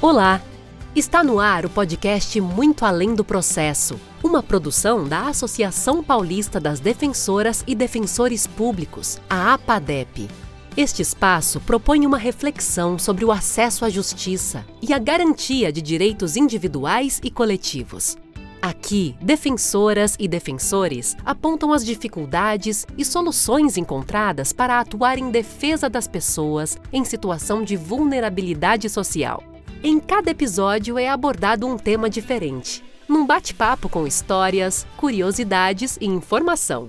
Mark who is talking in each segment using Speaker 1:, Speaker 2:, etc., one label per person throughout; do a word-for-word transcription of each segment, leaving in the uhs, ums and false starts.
Speaker 1: Olá! Está no ar o podcast Muito Além do Processo, uma produção da Associação Paulista das Defensoras e Defensores Públicos, a APADEP. Este espaço propõe uma reflexão sobre o acesso à justiça e a garantia de direitos individuais e coletivos. Aqui, defensoras e defensores apontam as dificuldades e soluções encontradas para atuar em defesa das pessoas em situação de vulnerabilidade social. Em cada episódio é abordado um tema diferente, num bate-papo com histórias, curiosidades e informação.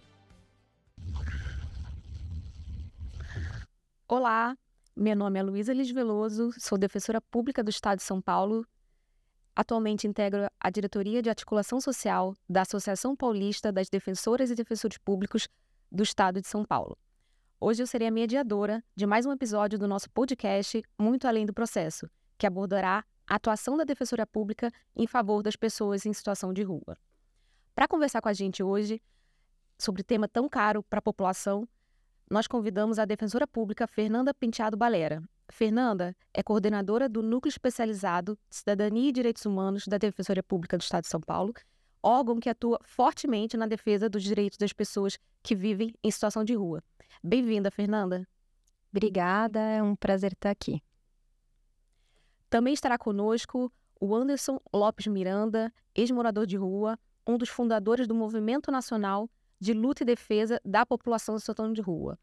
Speaker 2: Olá, meu nome é Luísa Liz Veloso, sou defensora pública do Estado de São Paulo. Atualmente integro a diretoria de articulação social da Associação Paulista das Defensoras e Defensores Públicos do Estado de São Paulo. Hoje eu serei a mediadora de mais um episódio do nosso podcast Muito Além do Processo, que abordará a atuação da Defensoria Pública em favor das pessoas em situação de rua. Para conversar com a gente hoje sobre tema tão caro para a população, nós convidamos a Defensora Pública Fernanda Penteado Balera. Fernanda é coordenadora do Núcleo Especializado de Cidadania e Direitos Humanos da Defensoria Pública do Estado de São Paulo, órgão que atua fortemente na defesa dos direitos das pessoas que vivem em situação de rua. Bem-vinda, Fernanda.
Speaker 3: Obrigada, é um prazer estar aqui.
Speaker 2: Também estará conosco o Anderson Lopes Miranda, ex-morador de rua, um dos fundadores do Movimento Nacional de Luta e Defesa da População em Situação de Rua.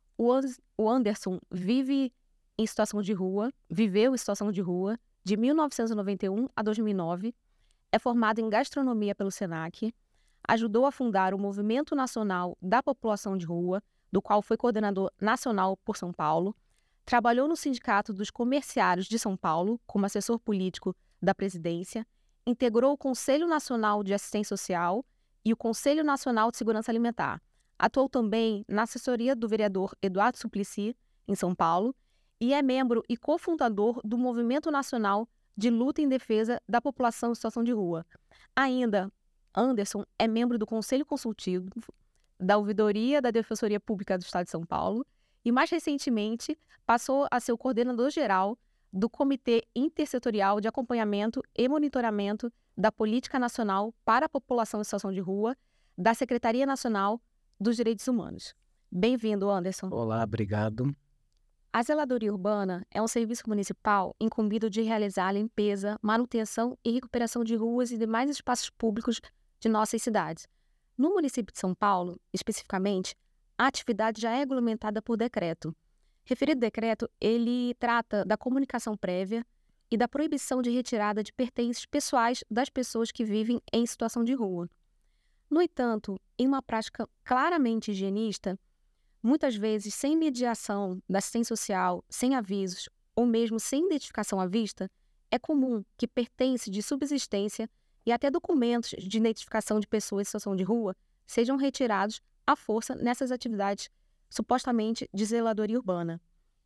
Speaker 2: O Anderson vive em situação de rua, viveu em situação de rua de mil novecentos e noventa e um a dois mil e nove, é formado em gastronomia pelo SENAC, ajudou a fundar o Movimento Nacional da População de Rua, do qual foi coordenador nacional por São Paulo, trabalhou no Sindicato dos Comerciários de São Paulo como assessor político da presidência, integrou o Conselho Nacional de Assistência Social e o Conselho Nacional de Segurança Alimentar. Atuou também na assessoria do vereador Eduardo Suplicy, em São Paulo, e é membro e cofundador do Movimento Nacional de Luta em Defesa da População em Situação de Rua. Ainda, Anderson é membro do Conselho Consultivo da Ouvidoria da Defensoria Pública do Estado de São Paulo e, mais recentemente, passou a ser o coordenador-geral do Comitê Intersetorial de Acompanhamento e Monitoramento da Política Nacional para a População em Situação de Rua da Secretaria Nacional dos Direitos Humanos. Bem-vindo, Anderson.
Speaker 4: Olá, obrigado.
Speaker 2: A zeladoria urbana é um serviço municipal incumbido de realizar a limpeza, manutenção e recuperação de ruas e demais espaços públicos de nossas cidades. No município de São Paulo, especificamente, a atividade já é regulamentada por decreto. Referido decreto, ele trata da comunicação prévia e da proibição de retirada de pertences pessoais das pessoas que vivem em situação de rua. No entanto, em uma prática claramente higienista, muitas vezes sem mediação da assistência social, sem avisos ou mesmo sem identificação à vista, é comum que pertences de subsistência e até documentos de identificação de pessoas em situação de rua sejam retirados à força nessas atividades supostamente de zeladoria urbana.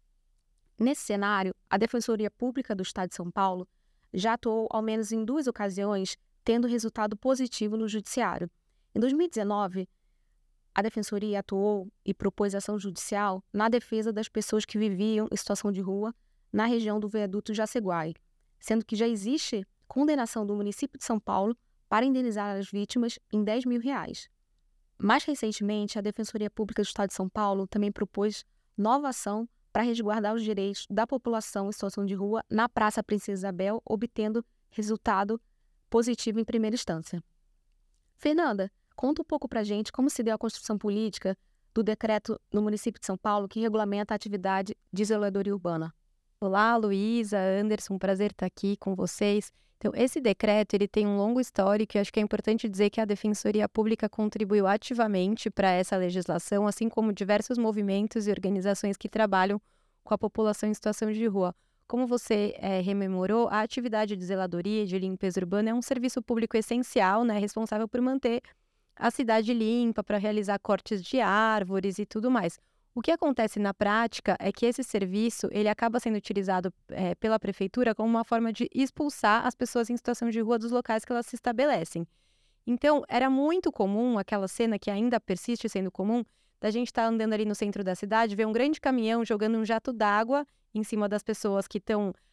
Speaker 2: Nesse cenário, a Defensoria Pública do Estado de São Paulo já atuou ao menos em duas ocasiões, tendo resultado positivo no Judiciário. Em dois mil e dezenove, a Defensoria atuou e propôs ação judicial na defesa das pessoas que viviam em situação de rua na região do Viaduto Jaceguai, sendo que já existe condenação do município de São Paulo para indenizar as vítimas em dez mil reais. Mais recentemente, a Defensoria Pública do Estado de São Paulo também propôs nova ação para resguardar os direitos da população em situação de rua na Praça Princesa Isabel, obtendo resultado positivo em primeira instância. Fernanda, conta um pouco para a gente como se deu a construção política do decreto no município de São Paulo que regulamenta a atividade de zeladoria urbana.
Speaker 3: Olá, Luísa, Anderson, prazer estar aqui com vocês. Então, esse decreto ele tem um longo histórico e acho que é importante dizer que a Defensoria Pública contribuiu ativamente para essa legislação, assim como diversos movimentos e organizações que trabalham com a população em situação de rua. Como você é, rememorou, a atividade de zeladoria e de limpeza urbana é um serviço público essencial, né, responsável por manter a cidade limpa, para realizar cortes de árvores e tudo mais. O que acontece na prática é que esse serviço ele acaba sendo utilizado é, pela prefeitura como uma forma de expulsar as pessoas em situação de rua dos locais que elas se estabelecem. Então, era muito comum aquela cena que ainda persiste sendo comum, da gente estar andando ali no centro da cidade, ver um grande caminhão jogando um jato d'água em cima das pessoas que estão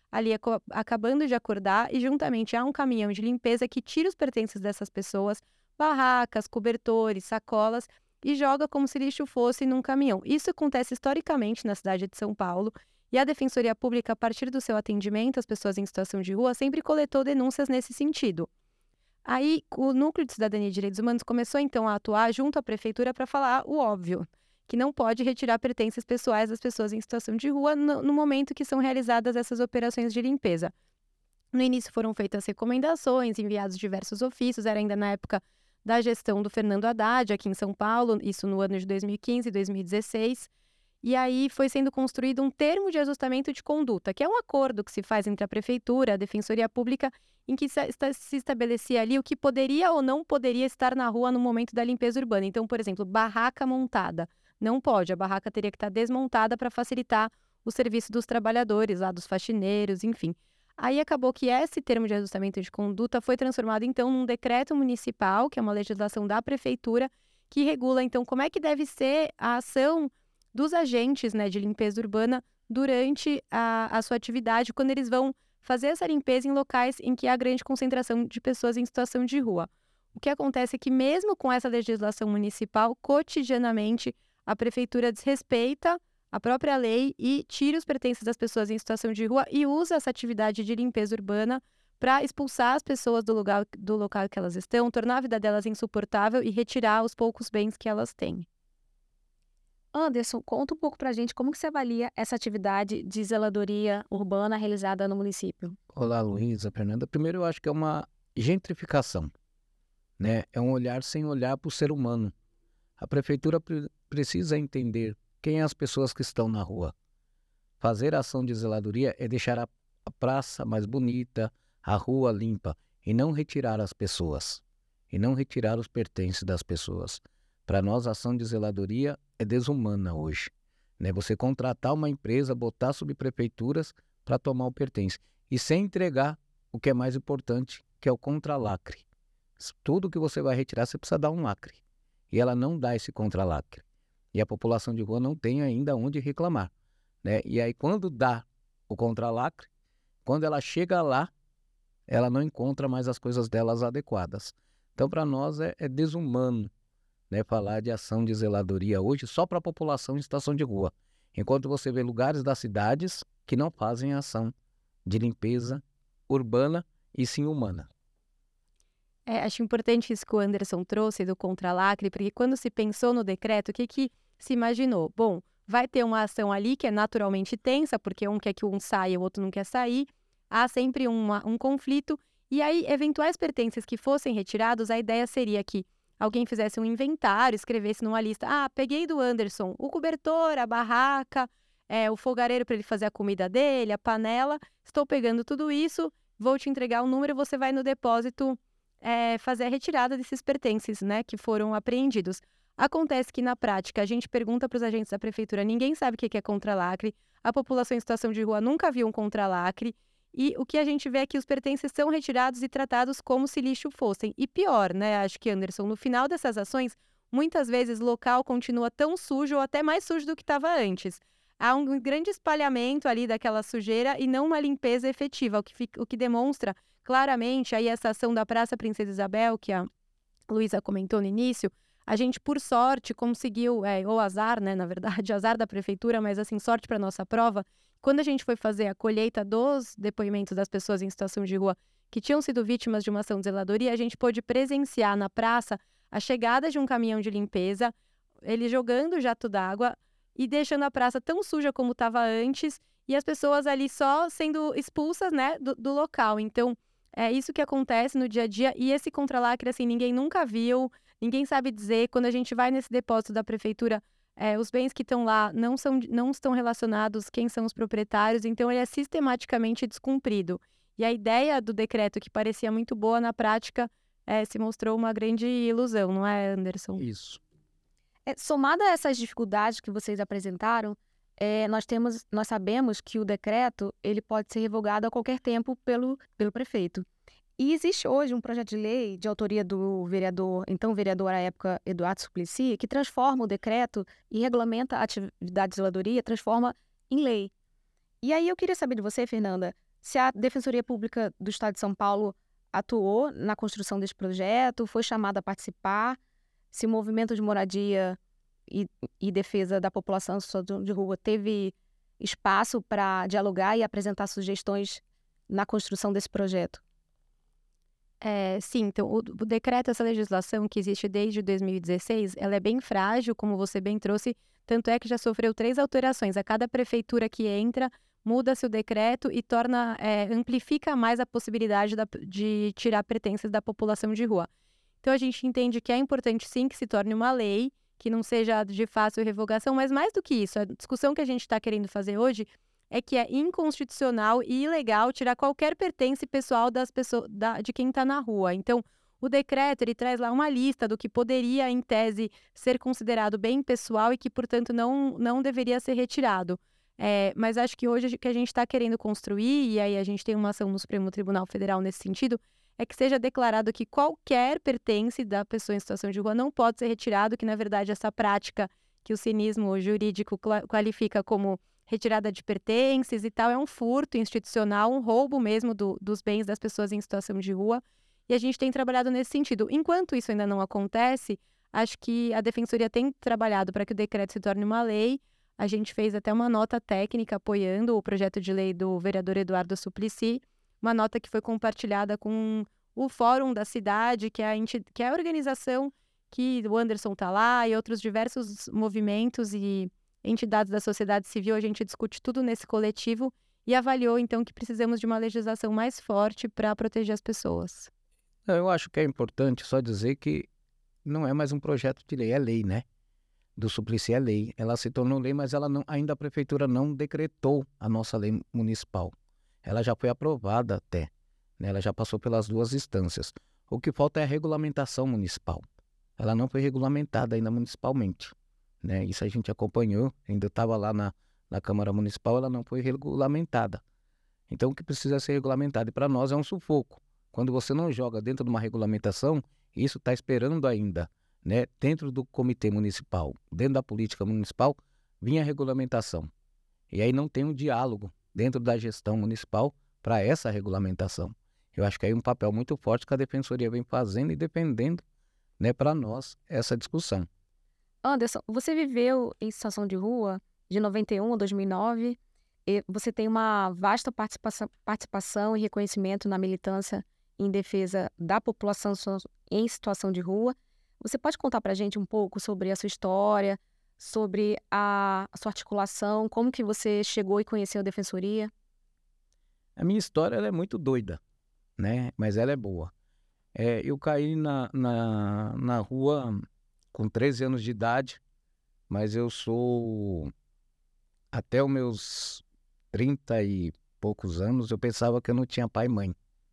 Speaker 3: ali aco- acabando de acordar e juntamente há um caminhão de limpeza que tira os pertences dessas pessoas, barracas, cobertores, sacolas, e joga como se lixo fosse num caminhão. Isso acontece historicamente na cidade de São Paulo e a Defensoria Pública, a partir do seu atendimento às pessoas em situação de rua, sempre coletou denúncias nesse sentido. Aí, o Núcleo de Cidadania e Direitos Humanos começou, então, a atuar junto à Prefeitura para falar o óbvio, que não pode retirar pertences pessoais das pessoas em situação de rua no, no momento que são realizadas essas operações de limpeza. No início foram feitas recomendações, enviados diversos ofícios, era ainda na época da gestão do Fernando Haddad, aqui em São Paulo, isso no ano de dois mil e quinze e dois mil e dezesseis. E aí foi sendo construído um termo de ajustamento de conduta, que é um acordo que se faz entre a Prefeitura e a Defensoria Pública, em que se, se estabelecia ali o que poderia ou não poderia estar na rua no momento da limpeza urbana. Então, por exemplo, barraca montada. Não pode, a barraca teria que estar desmontada para facilitar o serviço dos trabalhadores, lá dos faxineiros, enfim. Aí acabou que esse termo de ajustamento de conduta foi transformado, então, num decreto municipal, que é uma legislação da Prefeitura, que regula, então, como é que deve ser a ação dos agentes, né, de limpeza urbana durante a, a sua atividade, quando eles vão fazer essa limpeza em locais em que há grande concentração de pessoas em situação de rua. O que acontece é que, mesmo com essa legislação municipal, cotidianamente, a Prefeitura desrespeita a própria lei e tira os pertences das pessoas em situação de rua e usa essa atividade de limpeza urbana para expulsar as pessoas do lugar, do local que elas estão, tornar a vida delas insuportável e retirar os poucos bens que elas têm.
Speaker 2: Anderson, conta um pouco pra gente como que você avalia essa atividade de zeladoria urbana realizada no município.
Speaker 4: Olá, Luísa, Fernanda. Primeiro, eu acho que é uma gentrificação, né? É um olhar sem olhar para o ser humano. A prefeitura pre- precisa entender quem é as pessoas que estão na rua. Fazer a ação de zeladoria é deixar a, a praça mais bonita, a rua limpa, e não retirar as pessoas, e não retirar os pertences das pessoas. Para nós, a ação de zeladoria é desumana hoje, né? Você contratar uma empresa, botar subprefeituras para tomar o pertence, e sem entregar o que é mais importante, que é o contralacre. Tudo que você vai retirar, você precisa dar um lacre. E ela não dá esse contralacre. E a população de rua não tem ainda onde reclamar, né? E aí, quando dá o contralacre, quando ela chega lá, ela não encontra mais as coisas delas adequadas. Então, para nós, é, é desumano, né, falar de ação de zeladoria hoje só para a população em situação de rua. Enquanto você vê lugares das cidades que não fazem ação de limpeza urbana e sim humana.
Speaker 3: É, acho importante isso que o Anderson trouxe do contralacre, porque quando se pensou no decreto, o que, que se imaginou? Bom, vai ter uma ação ali que é naturalmente tensa, porque um quer que um saia, o outro não quer sair, há sempre uma, um conflito, e aí eventuais pertences que fossem retirados, a ideia seria que alguém fizesse um inventário, escrevesse numa lista, ah, peguei do Anderson o cobertor, a barraca, é, o fogareiro para ele fazer a comida dele, a panela, estou pegando tudo isso, vou te entregar o número, você vai no depósito é, fazer a retirada desses pertences, né, que foram apreendidos. Acontece que, na prática, a gente pergunta para os agentes da prefeitura, ninguém sabe o que é contralacre, a população em situação de rua nunca viu um contralacre, e o que a gente vê é que os pertences são retirados e tratados como se lixo fossem. E pior, né, acho que, Anderson, no final dessas ações, muitas vezes o local continua tão sujo ou até mais sujo do que estava antes. Há um grande espalhamento ali daquela sujeira e não uma limpeza efetiva, o que, fica, o que demonstra claramente aí essa ação da Praça Princesa Isabel, que a Luísa comentou no início. A gente, por sorte, conseguiu, é, ou azar, né, na verdade, azar da prefeitura, mas assim, sorte para nossa prova. Quando a gente foi fazer a colheita dos depoimentos das pessoas em situação de rua que tinham sido vítimas de uma ação de zeladoria, a gente pôde presenciar na praça a chegada de um caminhão de limpeza, ele jogando jato d'água e deixando a praça tão suja como estava antes, e as pessoas ali só sendo expulsas, né, do, do local. Então, é isso que acontece no dia a dia, e esse contralacre, assim, ninguém nunca viu, ninguém sabe dizer. Quando a gente vai nesse depósito da prefeitura, é, os bens que estão lá não, são, não estão relacionados quem são os proprietários, então ele é sistematicamente descumprido. E a ideia do decreto, que parecia muito boa, na prática, é, se mostrou uma grande ilusão, não é, Anderson?
Speaker 4: Isso.
Speaker 2: É, somada a essas dificuldades que vocês apresentaram, é, nós, temos, nós sabemos que o decreto ele pode ser revogado a qualquer tempo pelo, pelo prefeito. E existe hoje um projeto de lei de autoria do vereador, então vereador à época, Eduardo Suplicy, que transforma o decreto e regulamenta a atividade de zeladoria, transforma em lei. E aí eu queria saber de você, Fernanda, se a Defensoria Pública do Estado de São Paulo atuou na construção desse projeto, foi chamada a participar, se o movimento de moradia e, e defesa da população em situação de rua teve espaço para dialogar e apresentar sugestões na construção desse projeto.
Speaker 3: É, sim, então o, o decreto, essa legislação que existe desde dois mil e dezesseis, ela é bem frágil, como você bem trouxe, tanto é que já sofreu três alterações. A cada prefeitura que entra, muda-se o decreto e torna, é, amplifica mais a possibilidade da, de tirar pertences da população de rua. Então a gente entende que é importante sim que se torne uma lei, que não seja de fácil revogação, mas mais do que isso, a discussão que a gente está querendo fazer hoje é que é inconstitucional e ilegal tirar qualquer pertence pessoal das pessoas, da, de quem está na rua. Então, o decreto ele traz lá uma lista do que poderia, em tese, ser considerado bem pessoal e que, portanto, não, não deveria ser retirado. É, mas acho que hoje o que a gente está querendo construir, e aí a gente tem uma ação no Supremo Tribunal Federal nesse sentido, é que seja declarado que qualquer pertence da pessoa em situação de rua não pode ser retirado, que, na verdade, essa prática que o cinismo jurídico qualifica como retirada de pertences e tal, é um furto institucional, um roubo mesmo do, dos bens das pessoas em situação de rua, e a gente tem trabalhado nesse sentido. Enquanto isso ainda não acontece, acho que a Defensoria tem trabalhado para que o decreto se torne uma lei. A gente fez até uma nota técnica apoiando o projeto de lei do vereador Eduardo Suplicy, uma nota que foi compartilhada com o Fórum da Cidade, que é a, que é a organização que o Anderson está lá, e outros diversos movimentos e entidades da sociedade civil. A gente discute tudo nesse coletivo e avaliou, então, que precisamos de uma legislação mais forte para proteger as pessoas.
Speaker 4: Eu acho que é importante só dizer que não é mais um projeto de lei, é lei, né? Do Suplicy é lei. Ela se tornou lei, mas ela não, ainda a prefeitura não decretou a nossa lei municipal. Ela já foi aprovada até, né? Ela já passou pelas duas instâncias. O que falta é a regulamentação municipal. Ela não foi regulamentada ainda municipalmente, né? Isso a gente acompanhou, ainda estava lá na, na Câmara Municipal, ela não foi regulamentada. Então o que precisa ser regulamentado, e para nós é um sufoco. Quando você não joga dentro de uma regulamentação, isso está esperando ainda, né? Dentro do comitê municipal, dentro da política municipal, vinha a regulamentação. E aí não tem um diálogo dentro da gestão municipal para essa regulamentação. Eu acho que aí é um papel muito forte que a Defensoria vem fazendo e defendendo, né, para nós essa discussão.
Speaker 2: Anderson, você viveu em situação de rua de noventa e um a dois mil e nove, e você tem uma vasta participação, participação e reconhecimento na militância em defesa da população em situação de rua. Você pode contar para a gente um pouco sobre a sua história, sobre a, a sua articulação, como que você chegou e conheceu a Defensoria?
Speaker 4: A minha história ela é muito doida, né? Mas ela é boa. É, eu caí na, na, na rua com treze anos de idade, mas eu sou, até os meus trinta e poucos anos, eu pensava que eu não tinha pai e mãe,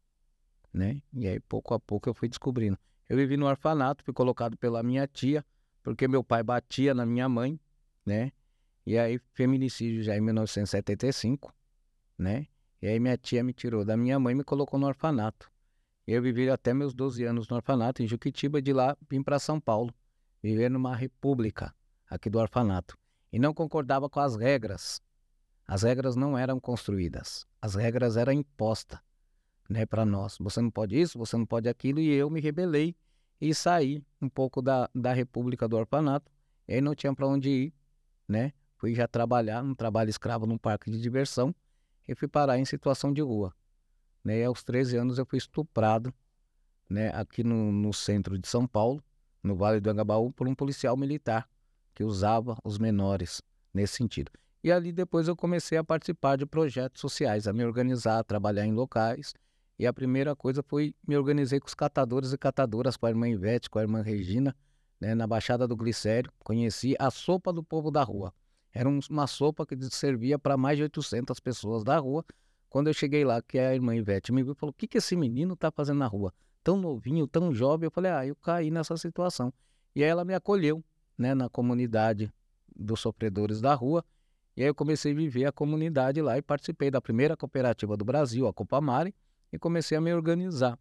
Speaker 4: né? E aí, pouco a pouco, eu fui descobrindo. Eu vivi no orfanato, fui colocado pela minha tia, porque meu pai batia na minha mãe, né? E aí, feminicídio já em mil novecentos e setenta e cinco, né? E aí, minha tia me tirou da minha mãe e me colocou no orfanato. E eu vivi até meus doze anos no orfanato, em Juquitiba, de lá vim para São Paulo, viver numa república aqui do orfanato. E não concordava com as regras. As regras não eram construídas, as regras eram impostas, né, para nós. Você não pode isso, você não pode aquilo, e eu me rebelei e saí um pouco da, da república do orfanato. E aí não tinha para onde ir, né? Fui já trabalhar, um trabalho escravo num parque de diversão, e fui parar em situação de rua. Né? E aos treze anos eu fui estuprado, né, aqui no, no centro de São Paulo, no Vale do Anhangabaú, por um policial militar que usava os menores nesse sentido. E ali depois eu comecei a participar de projetos sociais, a me organizar, a trabalhar em locais. E a primeira coisa foi me organizei com os catadores e catadoras, com a irmã Ivete, com a irmã Regina, né, na Baixada do Glicério. Conheci a sopa do povo da rua. Era um, uma sopa que servia para mais de oitocentas pessoas da rua. Quando eu cheguei lá, que a irmã Ivete me viu e falou: o que, que esse menino está fazendo na rua? Tão novinho, tão jovem. Eu falei: ah, eu caí nessa situação. E aí ela me acolheu, né, na comunidade dos sofredores da rua. E aí eu comecei a viver a comunidade lá e participei da primeira cooperativa do Brasil, a Copamare, e comecei a me organizar.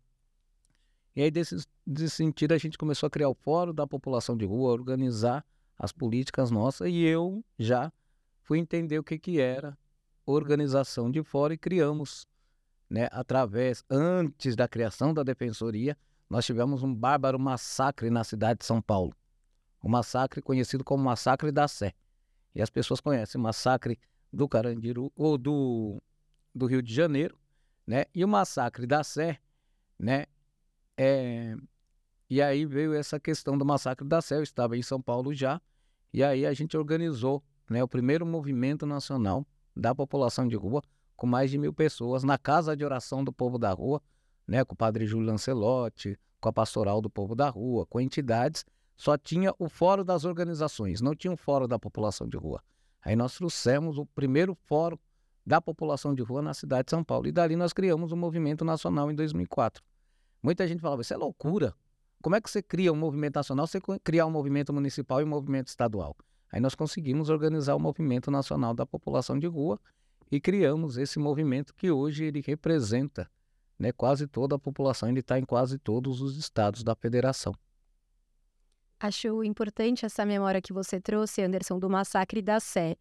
Speaker 4: E aí, desse, desse sentido, a gente começou a criar o Fórum da População de Rua, organizar as políticas nossas, e eu já fui entender o que, que era organização de fora e criamos, né, através, antes da criação da Defensoria, nós tivemos um bárbaro massacre na cidade de São Paulo. Um massacre conhecido como Massacre da Sé. E as pessoas conhecem o massacre do Carandiru, ou do, do Rio de Janeiro, né? E o Massacre da Sé, né? É... E aí veio essa questão do Massacre da Sé. Eu estava em São Paulo já, e aí a gente organizou, né, o primeiro movimento nacional da população de rua, com mais de mil pessoas, na Casa de Oração do Povo da Rua, né, com o padre Júlio Lancelotti, com a Pastoral do Povo da Rua, com entidades. Só tinha o Fórum das Organizações, não tinha o Fórum da População de Rua. Aí nós trouxemos o primeiro Fórum da População de Rua na cidade de São Paulo. E dali nós criamos o Movimento Nacional em dois mil e quatro. Muita gente falava, isso é loucura. Como é que você cria um movimento nacional, você criar um movimento municipal e um movimento estadual? Aí nós conseguimos organizar o Movimento Nacional da População de Rua e criamos esse movimento que hoje ele representa, né, quase toda a população, ele está em quase todos os estados da federação.
Speaker 3: Acho importante essa memória que você trouxe, Anderson, do Massacre da Sé.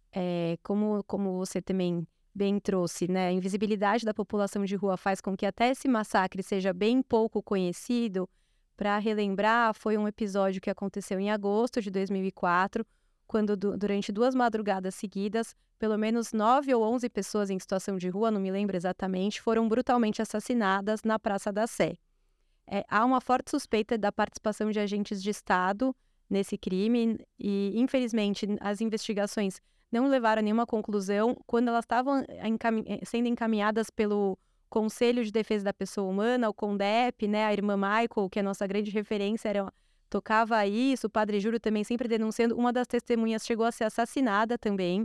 Speaker 3: É, como, como você também bem trouxe, né? A invisibilidade da população de rua faz com que até esse massacre seja bem pouco conhecido. Para relembrar, foi um episódio que aconteceu em agosto de dois mil e quatro, quando du- durante duas madrugadas seguidas, pelo menos nove ou onze pessoas em situação de rua, não me lembro exatamente, foram brutalmente assassinadas na Praça da Sé. É, há uma forte suspeita da participação de agentes de Estado nesse crime e, infelizmente, as investigações não levaram a nenhuma conclusão. Quando elas estavam encam... sendo encaminhadas pelo Conselho de Defesa da Pessoa Humana, o CONDEP, né, a irmã Michael, que é a nossa grande referência, era... tocava isso, o padre Júlio também sempre denunciando, uma das testemunhas chegou a ser assassinada também.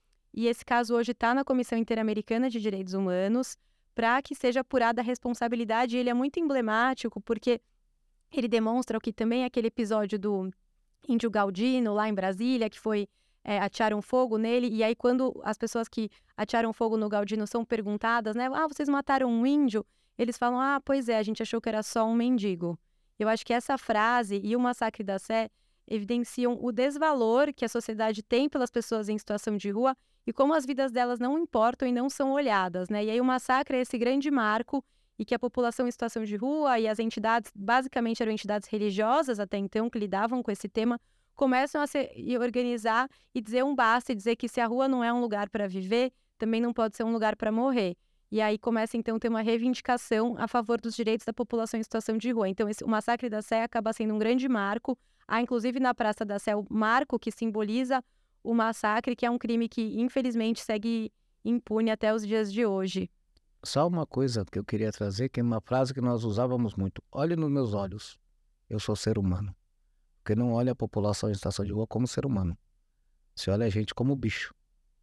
Speaker 3: E esse caso hoje está na Comissão Interamericana de Direitos Humanos, para que seja apurada a responsabilidade. Ele é muito emblemático, porque ele demonstra o que também é aquele episódio do Índio Galdino, lá em Brasília, que foi, é, atearam fogo nele, e aí quando as pessoas que atearam fogo no Galdino são perguntadas, né, ah, vocês mataram um índio? Eles falam, ah, pois é, a gente achou que era só um mendigo. Eu acho que essa frase e o Massacre da Sé evidenciam o desvalor que a sociedade tem pelas pessoas em situação de rua e como as vidas delas não importam e não são olhadas, né? E aí o massacre é esse grande marco e que a população em situação de rua e as entidades, basicamente eram entidades religiosas até então, que lidavam com esse tema, começam a se organizar e dizer um basta, e dizer que se a rua não é um lugar para viver, também não pode ser um lugar para morrer. E aí começa então a ter uma reivindicação a favor dos direitos da população em situação de rua. Então esse, o Massacre da Sé acaba sendo um grande marco. Há inclusive na Praça da Sé o marco que simboliza o massacre, que é um crime que infelizmente segue impune até os dias de hoje.
Speaker 4: Só uma coisa que eu queria trazer, que é uma frase que nós usávamos muito. Olhe nos meus olhos, eu sou ser humano. Porque não olha a população em situação de rua como ser humano. Você olha a gente como bicho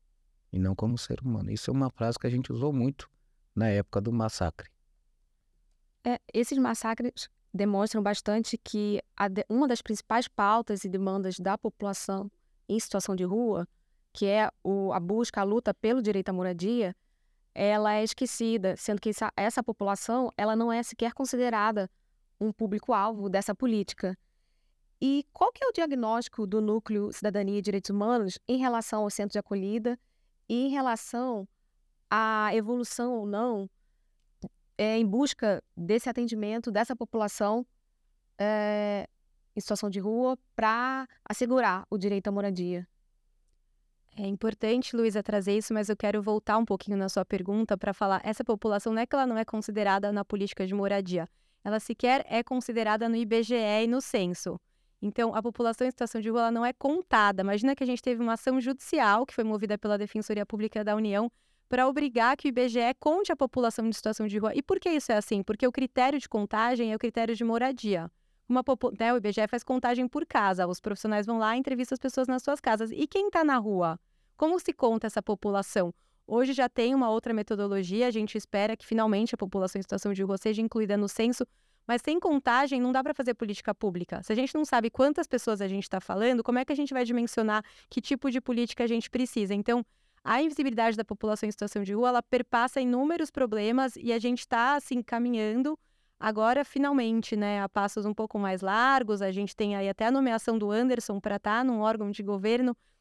Speaker 4: e não como ser humano. Isso é uma frase que a gente usou muito na época do massacre.
Speaker 2: É, esses massacres demonstram bastante que a de, uma das principais pautas e demandas da população em situação de rua, que é o, a busca, a luta pelo direito à moradia, ela é esquecida, sendo que essa, essa população ela não é sequer considerada um público-alvo dessa política. E qual que é o diagnóstico do Núcleo Cidadania e Direitos Humanos em relação ao centro de acolhida e em relação à evolução ou não é, em busca desse atendimento dessa população é, em situação de rua para assegurar o direito à moradia?
Speaker 3: É importante, Luísa, trazer isso, mas eu quero voltar um pouquinho na sua pergunta para falar, essa população não é que ela não é considerada na política de moradia, ela sequer é considerada no I B G E e no censo. Então, a população em situação de rua ela não é contada. Imagina que a gente teve uma ação judicial que foi movida pela Defensoria Pública da União para obrigar que o I B G E conte a população em situação de rua. E por que isso é assim? Porque o critério de contagem é o critério de moradia. Uma, né, o I B G E faz contagem por casa, os profissionais vão lá e entrevistam as pessoas nas suas casas. E quem está na rua? Como se conta essa população? Hoje já tem uma outra metodologia, a gente espera que finalmente a população em situação de rua seja incluída no censo, mas sem contagem não dá para fazer política pública. Se a gente não sabe quantas pessoas a gente está falando, como é que a gente vai dimensionar que tipo de política a gente precisa? Então, a invisibilidade da população em situação de rua, ela perpassa inúmeros problemas e a gente está, assim, caminhando agora, finalmente, né, a passos um pouco mais largos. A gente tem aí até a nomeação do Anderson para estar num órgão de governo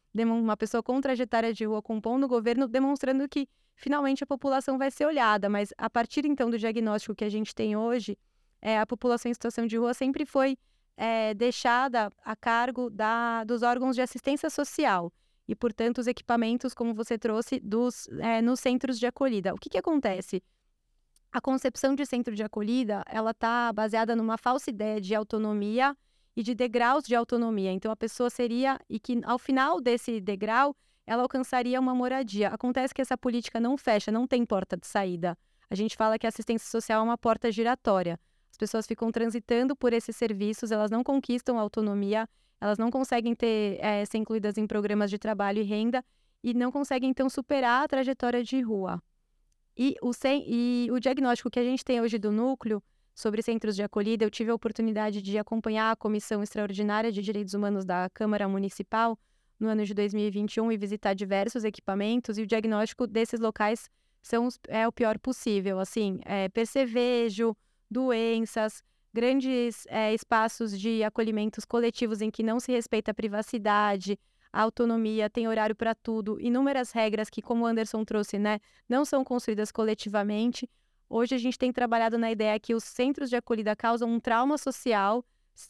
Speaker 3: uma pessoa com trajetória de rua compondo o governo, demonstrando que finalmente a população vai ser olhada. Mas a partir então do diagnóstico que a gente tem hoje, é, a população em situação de rua sempre foi é, deixada a cargo da, dos órgãos de assistência social e, portanto, os equipamentos, como você trouxe, dos, é, nos centros de acolhida. O que, que acontece? A concepção de centro de acolhida, ela está baseada numa falsa ideia de autonomia e de degraus de autonomia. Então, a pessoa seria, e que ao final desse degrau, ela alcançaria uma moradia. Acontece que essa política não fecha, não tem porta de saída. A gente fala que a assistência social é uma porta giratória. As pessoas ficam transitando por esses serviços, elas não conquistam autonomia, elas não conseguem ter, é, ser incluídas em programas de trabalho e renda e não conseguem, então, superar a trajetória de rua. E o, sem, e o diagnóstico que a gente tem hoje do núcleo sobre centros de acolhida, eu tive a oportunidade de acompanhar a Comissão Extraordinária de Direitos Humanos da Câmara Municipal no ano de dois mil e vinte e um e visitar diversos equipamentos, e o diagnóstico desses locais são os, é o pior possível, assim, é, percevejo, doenças, grandes é, espaços de acolhimentos coletivos em que não se respeita a privacidade, a autonomia, tem horário para tudo, inúmeras regras que, como o Anderson trouxe, né, não são construídas coletivamente. Hoje a gente tem trabalhado na ideia que os centros de acolhida causam um trauma social,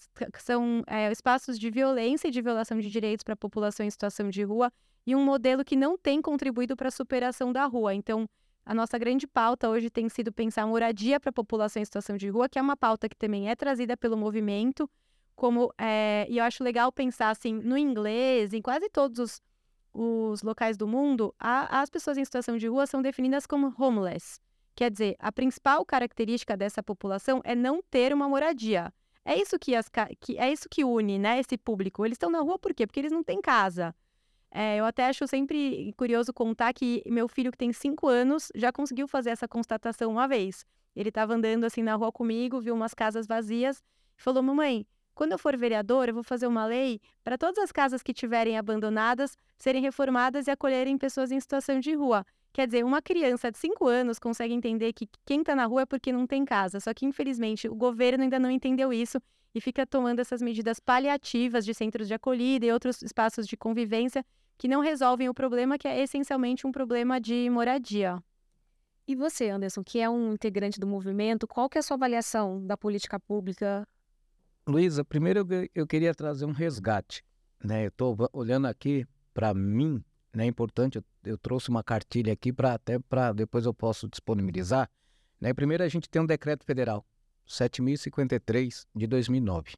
Speaker 3: são é, espaços de violência e de violação de direitos para a população em situação de rua e um modelo que não tem contribuído para a superação da rua. Então, a nossa grande pauta hoje tem sido pensar moradia para a população em situação de rua, que é uma pauta que também é trazida pelo movimento, como, é, e eu acho legal pensar assim, no inglês, em quase todos os, os locais do mundo, a, as pessoas em situação de rua são definidas como homeless. Quer dizer, a principal característica dessa população é não ter uma moradia. É isso que, as, que, é isso que une, né, esse público. Eles estão na rua por quê? Porque eles não têm casa. É, eu até acho sempre curioso contar que meu filho, que tem cinco anos, já conseguiu fazer essa constatação uma vez. Ele estava andando assim na rua comigo, viu umas casas vazias e falou: mamãe, quando eu for vereador, eu vou fazer uma lei para todas as casas que estiverem abandonadas serem reformadas e acolherem pessoas em situação de rua. Quer dizer, uma criança de cinco anos consegue entender que quem está na rua é porque não tem casa. Só que, infelizmente, o governo ainda não entendeu isso e fica tomando essas medidas paliativas de centros de acolhida e outros espaços de convivência que não resolvem o problema, que é essencialmente um problema de moradia.
Speaker 2: E você, Anderson, que é um integrante do movimento, qual que é a sua avaliação da política pública?
Speaker 4: Luísa, primeiro eu, eu queria trazer um resgate, né? Eu estou olhando aqui, para mim, né, é importante, eu, eu trouxe uma cartilha aqui para até para depois eu posso disponibilizar. Né? Primeiro a gente tem um decreto federal, sete mil e cinquenta e três de dois mil e nove.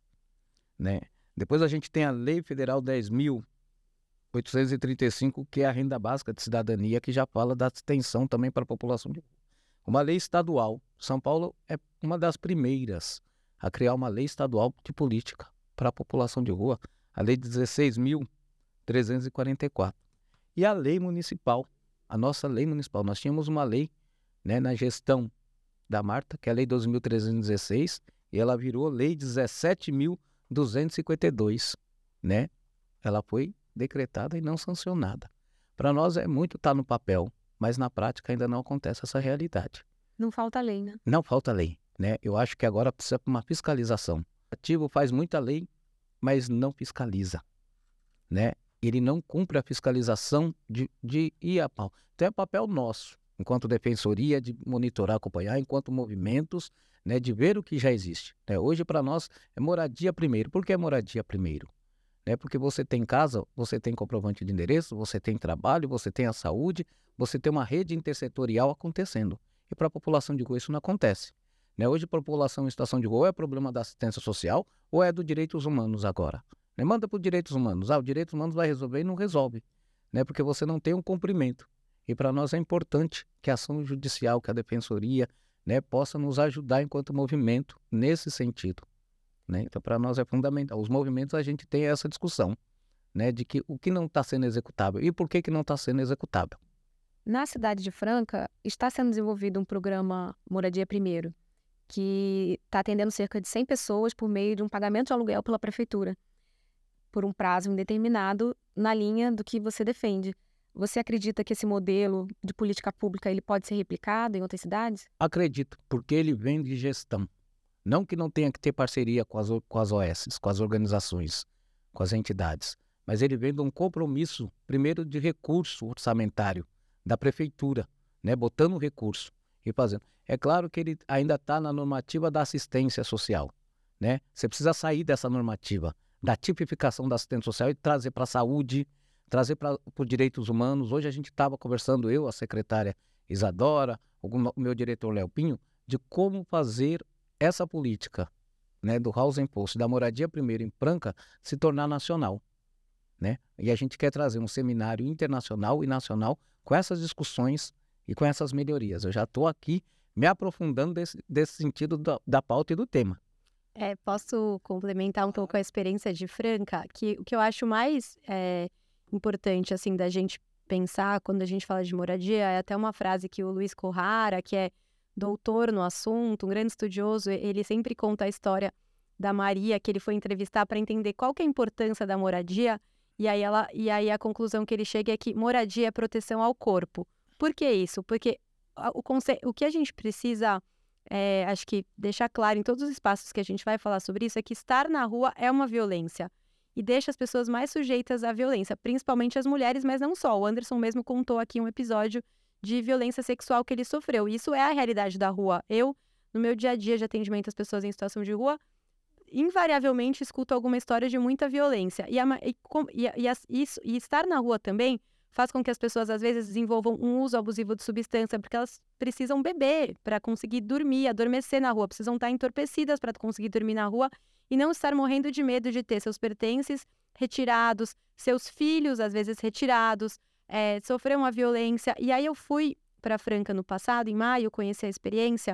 Speaker 4: Né? Depois a gente tem a Lei Federal dez mil oitocentos e trinta e cinco, que é a renda básica de cidadania, que já fala da extensão também para a população de rua. Uma lei estadual. São Paulo é uma das primeiras a criar uma lei estadual de política para a população de rua, a Lei dezesseis mil trezentos e quarenta e quatro. E a lei municipal, a nossa lei municipal. Nós tínhamos uma lei, né, na gestão da Marta, que é a Lei doze mil trezentos e dezesseis, e ela virou Lei dezessete mil duzentos e cinquenta e dois, né? Ela foi decretada e não sancionada. Para nós é muito estar no papel, mas na prática ainda não acontece essa realidade.
Speaker 2: Não falta lei, né?
Speaker 4: Não falta lei, né? Eu acho que agora precisa de uma fiscalização. O ativo faz muita lei, mas não fiscaliza, né? Ele não cumpre a fiscalização de, de ir a pau. Então é papel nosso, enquanto defensoria, de monitorar, acompanhar, enquanto movimentos, né, de ver o que já existe. Né? Hoje, para nós, é moradia primeiro. Por que moradia primeiro? Né? Porque você tem casa, você tem comprovante de endereço, você tem trabalho, você tem a saúde, você tem uma rede intersetorial acontecendo. E para a população de rua isso não acontece. Né? Hoje, a população em situação de rua é problema da assistência social ou é dos direitos humanos agora? Né? Manda para os direitos humanos. Ah, o direitos humanos vai resolver e não resolve. Né? Porque você não tem um cumprimento. E para nós é importante que a ação judicial, que a defensoria, né, possa nos ajudar enquanto movimento nesse sentido. Né? Então, para nós é fundamental. Os movimentos, a gente tem essa discussão, né, de que o que não está sendo executável e por que, que não está sendo executável.
Speaker 2: Na cidade de Franca, está sendo desenvolvido um programa Moradia Primeiro, que está atendendo cerca de cem pessoas por meio de um pagamento de aluguel pela prefeitura, por um prazo indeterminado, na linha do que você defende. Você acredita que esse modelo de política pública ele pode ser replicado em outras cidades?
Speaker 4: Acredito, porque ele vem de gestão. Não que não tenha que ter parceria com as, com as O S, com as organizações, com as entidades, mas ele vem de um compromisso, primeiro, de recurso orçamentário da prefeitura, né? Botando recurso e fazendo. É claro que ele ainda está na normativa da assistência social, né? Você precisa sair dessa normativa, da tipificação da assistência social e trazer para a saúde, trazer para os direitos humanos. Hoje a gente estava conversando, eu, a secretária Isadora, o meu diretor Léo Pinho, de como fazer essa política, né, do Housing Post, da moradia primeiro em Franca, se tornar nacional, né? E a gente quer trazer um seminário internacional e nacional com essas discussões e com essas melhorias. Eu já estou aqui me aprofundando desse, desse sentido da, da pauta e do tema.
Speaker 3: É, posso complementar um pouco a experiência de Franca, que o que eu acho mais é, importante, assim, da gente pensar quando a gente fala de moradia, é até uma frase que o Luiz Corrara, que é doutor no assunto, um grande estudioso, ele sempre conta a história da Maria, que ele foi entrevistar para entender qual que é a importância da moradia, e aí, ela, e aí a conclusão que ele chega é que moradia é proteção ao corpo. Por que isso? Porque o, conce... o que a gente precisa, é, acho que deixar claro em todos os espaços que a gente vai falar sobre isso, é que estar na rua é uma violência e deixa as pessoas mais sujeitas à violência, principalmente as mulheres, mas não só. O Anderson mesmo contou aqui um episódio de violência sexual que ele sofreu. Isso é a realidade da rua. Eu, no meu dia a dia de atendimento às pessoas em situação de rua, invariavelmente escuto alguma história de muita violência. E, a, e, e, e, isso, e estar na rua também faz com que as pessoas, às vezes, desenvolvam um uso abusivo de substância, porque elas precisam beber para conseguir dormir, adormecer na rua, precisam estar entorpecidas para conseguir dormir na rua e não estar morrendo de medo de ter seus pertences retirados, seus filhos, às vezes, retirados, é, sofrer uma violência. E aí eu fui para Franca no passado, em maio, conheci a experiência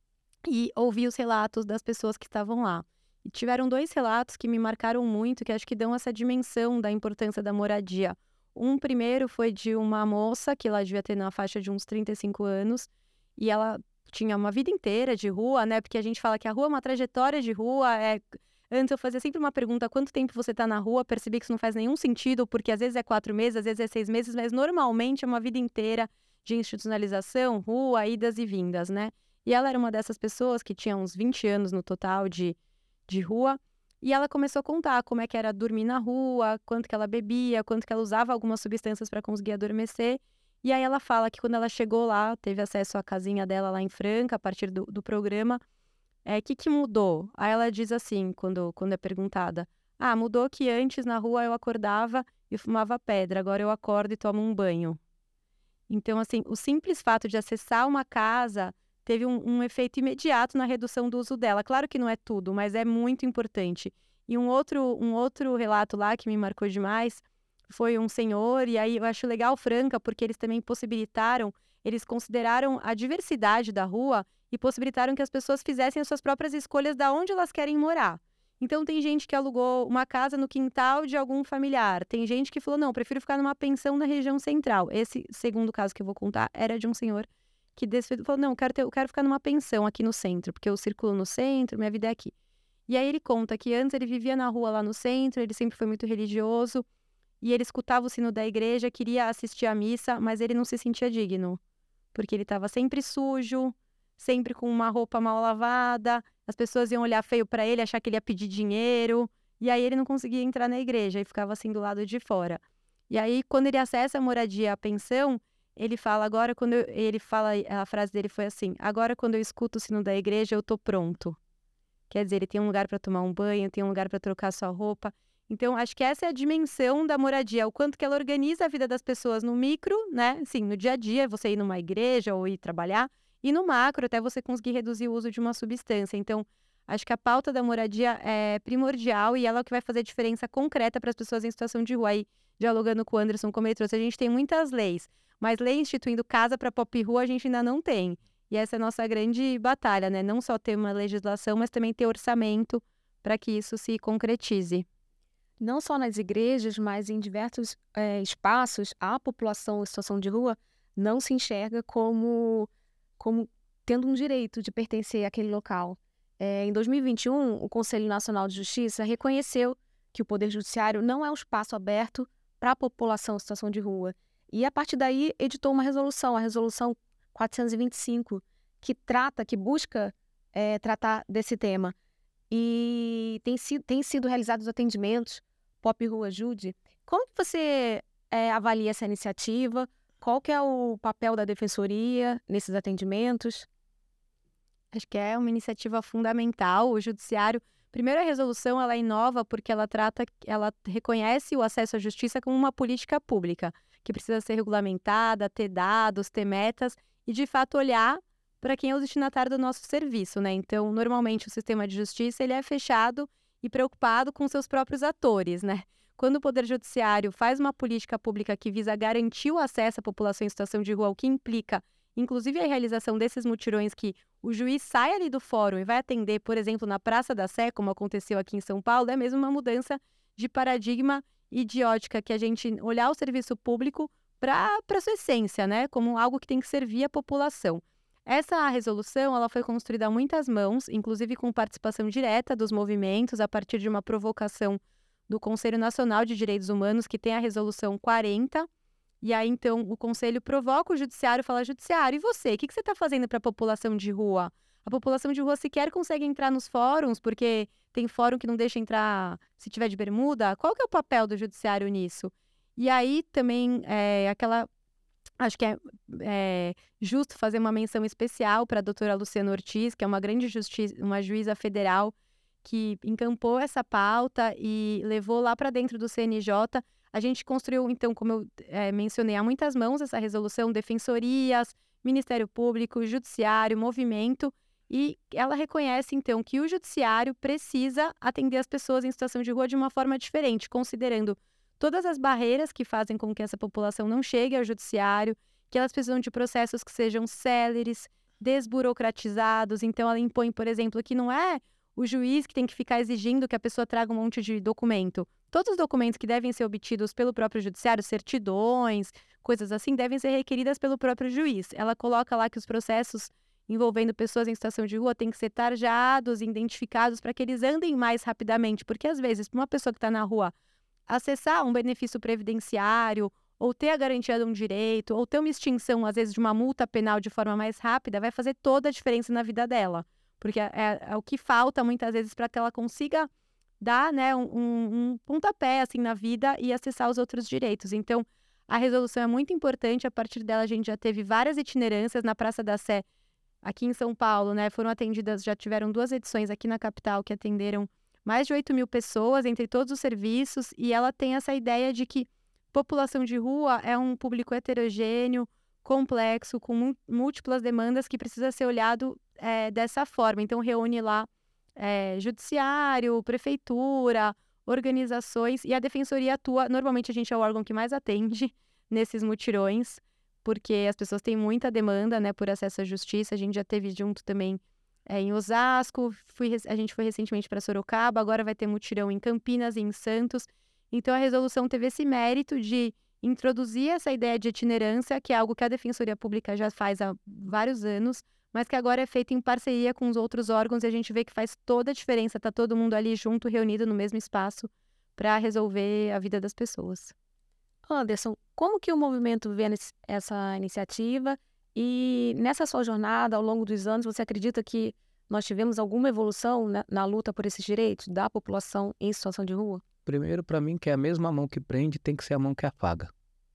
Speaker 3: e ouvi os relatos das pessoas que estavam lá. E tiveram dois relatos que me marcaram muito, que acho que dão essa dimensão da importância da moradia. Um primeiro foi de uma moça, que ela devia ter na faixa de uns trinta e cinco anos, e ela tinha uma vida inteira de rua, né? Porque a gente fala que a rua é uma trajetória de rua. É... Antes eu fazia sempre uma pergunta, quanto tempo você está na rua? Percebi que isso não faz nenhum sentido, porque às vezes é quatro meses, às vezes é seis meses, mas normalmente é uma vida inteira de institucionalização, rua, idas e vindas, né? E ela era uma dessas pessoas que tinha uns vinte anos no total de, de rua, e ela começou a contar como é que era dormir na rua, quanto que ela bebia, quanto que ela usava algumas substâncias para conseguir adormecer. E aí ela fala que quando ela chegou lá, teve acesso à casinha dela lá em Franca, a partir do, do programa, é, que que mudou? Aí ela diz assim, quando, quando é perguntada, ah, mudou que antes na rua eu acordava e fumava pedra, agora eu acordo e tomo um banho. Então, assim, o simples fato de acessar uma casa teve um, um efeito imediato na redução do uso dela. Claro que não é tudo, mas é muito importante. E um outro, um outro relato lá que me marcou demais foi um senhor, e aí eu acho legal Franca, porque eles também possibilitaram, eles consideraram a diversidade da rua e possibilitaram que as pessoas fizessem as suas próprias escolhas de onde elas querem morar. Então tem gente que alugou uma casa no quintal de algum familiar, tem gente que falou, não, prefiro ficar numa pensão na região central. Esse segundo caso que eu vou contar era de um senhor que decidiu, falou, não, eu quero, ter, eu quero ficar numa pensão aqui no centro, porque eu circulo no centro, minha vida é aqui. E aí ele conta que antes ele vivia na rua lá no centro, ele sempre foi muito religioso, e ele escutava o sino da igreja, queria assistir à missa, mas ele não se sentia digno, porque ele estava sempre sujo, sempre com uma roupa mal lavada, as pessoas iam olhar feio para ele, achar que ele ia pedir dinheiro, e aí ele não conseguia entrar na igreja, e ficava assim do lado de fora. E aí, quando ele acessa a moradia, a pensão, ele fala, agora quando eu, ele fala, a frase dele foi assim, agora quando eu escuto o sino da igreja, eu tô pronto. Quer dizer, ele tem um lugar para tomar um banho, tem um lugar para trocar sua roupa. Então, acho que essa é a dimensão da moradia, o quanto que ela organiza a vida das pessoas no micro, né? Sim, no dia a dia, você ir numa igreja ou ir trabalhar, e no macro, até você conseguir reduzir o uso de uma substância. Então, acho que a pauta da moradia é primordial e ela é o que vai fazer diferença concreta para as pessoas em situação de rua. Aí, dialogando com o Anderson, como ele trouxe, a gente tem muitas leis, mas lei instituindo casa para pop rua a gente ainda não tem. E essa é a nossa grande batalha, né? Não só ter uma legislação, mas também ter orçamento para que isso se concretize.
Speaker 2: Não só nas igrejas, mas em diversos é, espaços, a população em situação de rua não se enxerga como, como tendo um direito de pertencer àquele local. É, em dois mil e vinte e um, o Conselho Nacional de Justiça reconheceu que o Poder Judiciário não é um espaço aberto para a população em situação de rua. E, a partir daí, editou uma resolução, a Resolução quatrocentos e vinte e cinco, que trata, que busca é, tratar desse tema. E tem sido, tem sido realizados atendimentos, Pop Rua Ajude, Como que você é, avalia essa iniciativa? Qual que é o papel da defensoria nesses atendimentos?
Speaker 3: Acho que é uma iniciativa fundamental. O judiciário, primeiro a resolução, ela inova porque ela trata, ela reconhece o acesso à justiça como uma política pública, que precisa ser regulamentada, ter dados, ter metas e, de fato, olhar para quem é o destinatário do nosso serviço, né? Então, normalmente, o sistema de justiça ele é fechado e preocupado com seus próprios atores, né? Quando o Poder Judiciário faz uma política pública que visa garantir o acesso à população em situação de rua, o que implica, inclusive, a realização desses mutirões que o juiz sai ali do fórum e vai atender, por exemplo, na Praça da Sé, como aconteceu aqui em São Paulo, é mesmo uma mudança de paradigma e de ótica, que a gente olhar o serviço público para a sua essência, né? Como algo que tem que servir a população. Essa resolução ela foi construída a muitas mãos, inclusive com participação direta dos movimentos, a partir de uma provocação do Conselho Nacional de Direitos Humanos, que tem a resolução quarenta. E aí, então, o Conselho provoca o Judiciário e fala, Judiciário, e você? O que, que você está fazendo para a população de rua? A população de rua sequer consegue entrar nos fóruns, porque tem fórum que não deixa entrar se tiver de bermuda. Qual que é o papel do Judiciário nisso? E aí, também, é, aquela... Acho que é, é justo fazer uma menção especial para a doutora Luciana Ortiz, que é uma grande justiça, uma juíza federal, que encampou essa pauta e levou lá para dentro do C N J. A gente construiu, então, como eu é, mencionei, há muitas mãos essa resolução, defensorias, Ministério Público, Judiciário, Movimento, e ela reconhece, então, que o Judiciário precisa atender as pessoas em situação de rua de uma forma diferente, considerando todas as barreiras que fazem com que essa população não chegue ao Judiciário, que elas precisam de processos que sejam céleres, desburocratizados. Então, ela impõe, por exemplo, que não é o juiz que tem que ficar exigindo que a pessoa traga um monte de documento. Todos os documentos que devem ser obtidos pelo próprio judiciário, certidões, coisas assim, devem ser requeridas pelo próprio juiz. Ela coloca lá que os processos envolvendo pessoas em situação de rua têm que ser tarjados, identificados, para que eles andem mais rapidamente. Porque, às vezes, para uma pessoa que está na rua acessar um benefício previdenciário, ou ter a garantia de um direito, ou ter uma extinção, às vezes, de uma multa penal de forma mais rápida, vai fazer toda a diferença na vida dela. Porque é, é, é o que falta, muitas vezes, para que ela consiga dar, né, um, um, um pontapé assim, na vida e acessar os outros direitos. Então, a resolução é muito importante. A partir dela, a gente já teve várias itinerâncias na Praça da Sé, aqui em São Paulo, né? Foram atendidas, já tiveram duas edições aqui na capital que atenderam mais de oito mil pessoas entre todos os serviços. E ela tem essa ideia de que população de rua é um público heterogêneo, complexo, com múltiplas demandas que precisa ser olhado é, dessa forma. Então, reúne lá é, judiciário, prefeitura, organizações, e a defensoria atua. Normalmente, a gente é o órgão que mais atende nesses mutirões, porque as pessoas têm muita demanda, né, por acesso à justiça. A gente já teve junto também é, em Osasco, fui, a gente foi recentemente para Sorocaba, agora vai ter mutirão em Campinas e em Santos. Então, a resolução teve esse mérito de introduzir essa ideia de itinerância, que é algo que a Defensoria Pública já faz há vários anos, mas que agora é feito em parceria com os outros órgãos, e a gente vê que faz toda a diferença, tá todo mundo ali junto, reunido no mesmo espaço, para resolver a vida das pessoas.
Speaker 2: Anderson, como que o movimento vê essa iniciativa? E nessa sua jornada, ao longo dos anos, você acredita que nós tivemos alguma evolução na, na luta por esses direitos da população em situação de rua?
Speaker 4: Primeiro, para mim, que é a mesma mão que prende tem que ser a mão que afaga.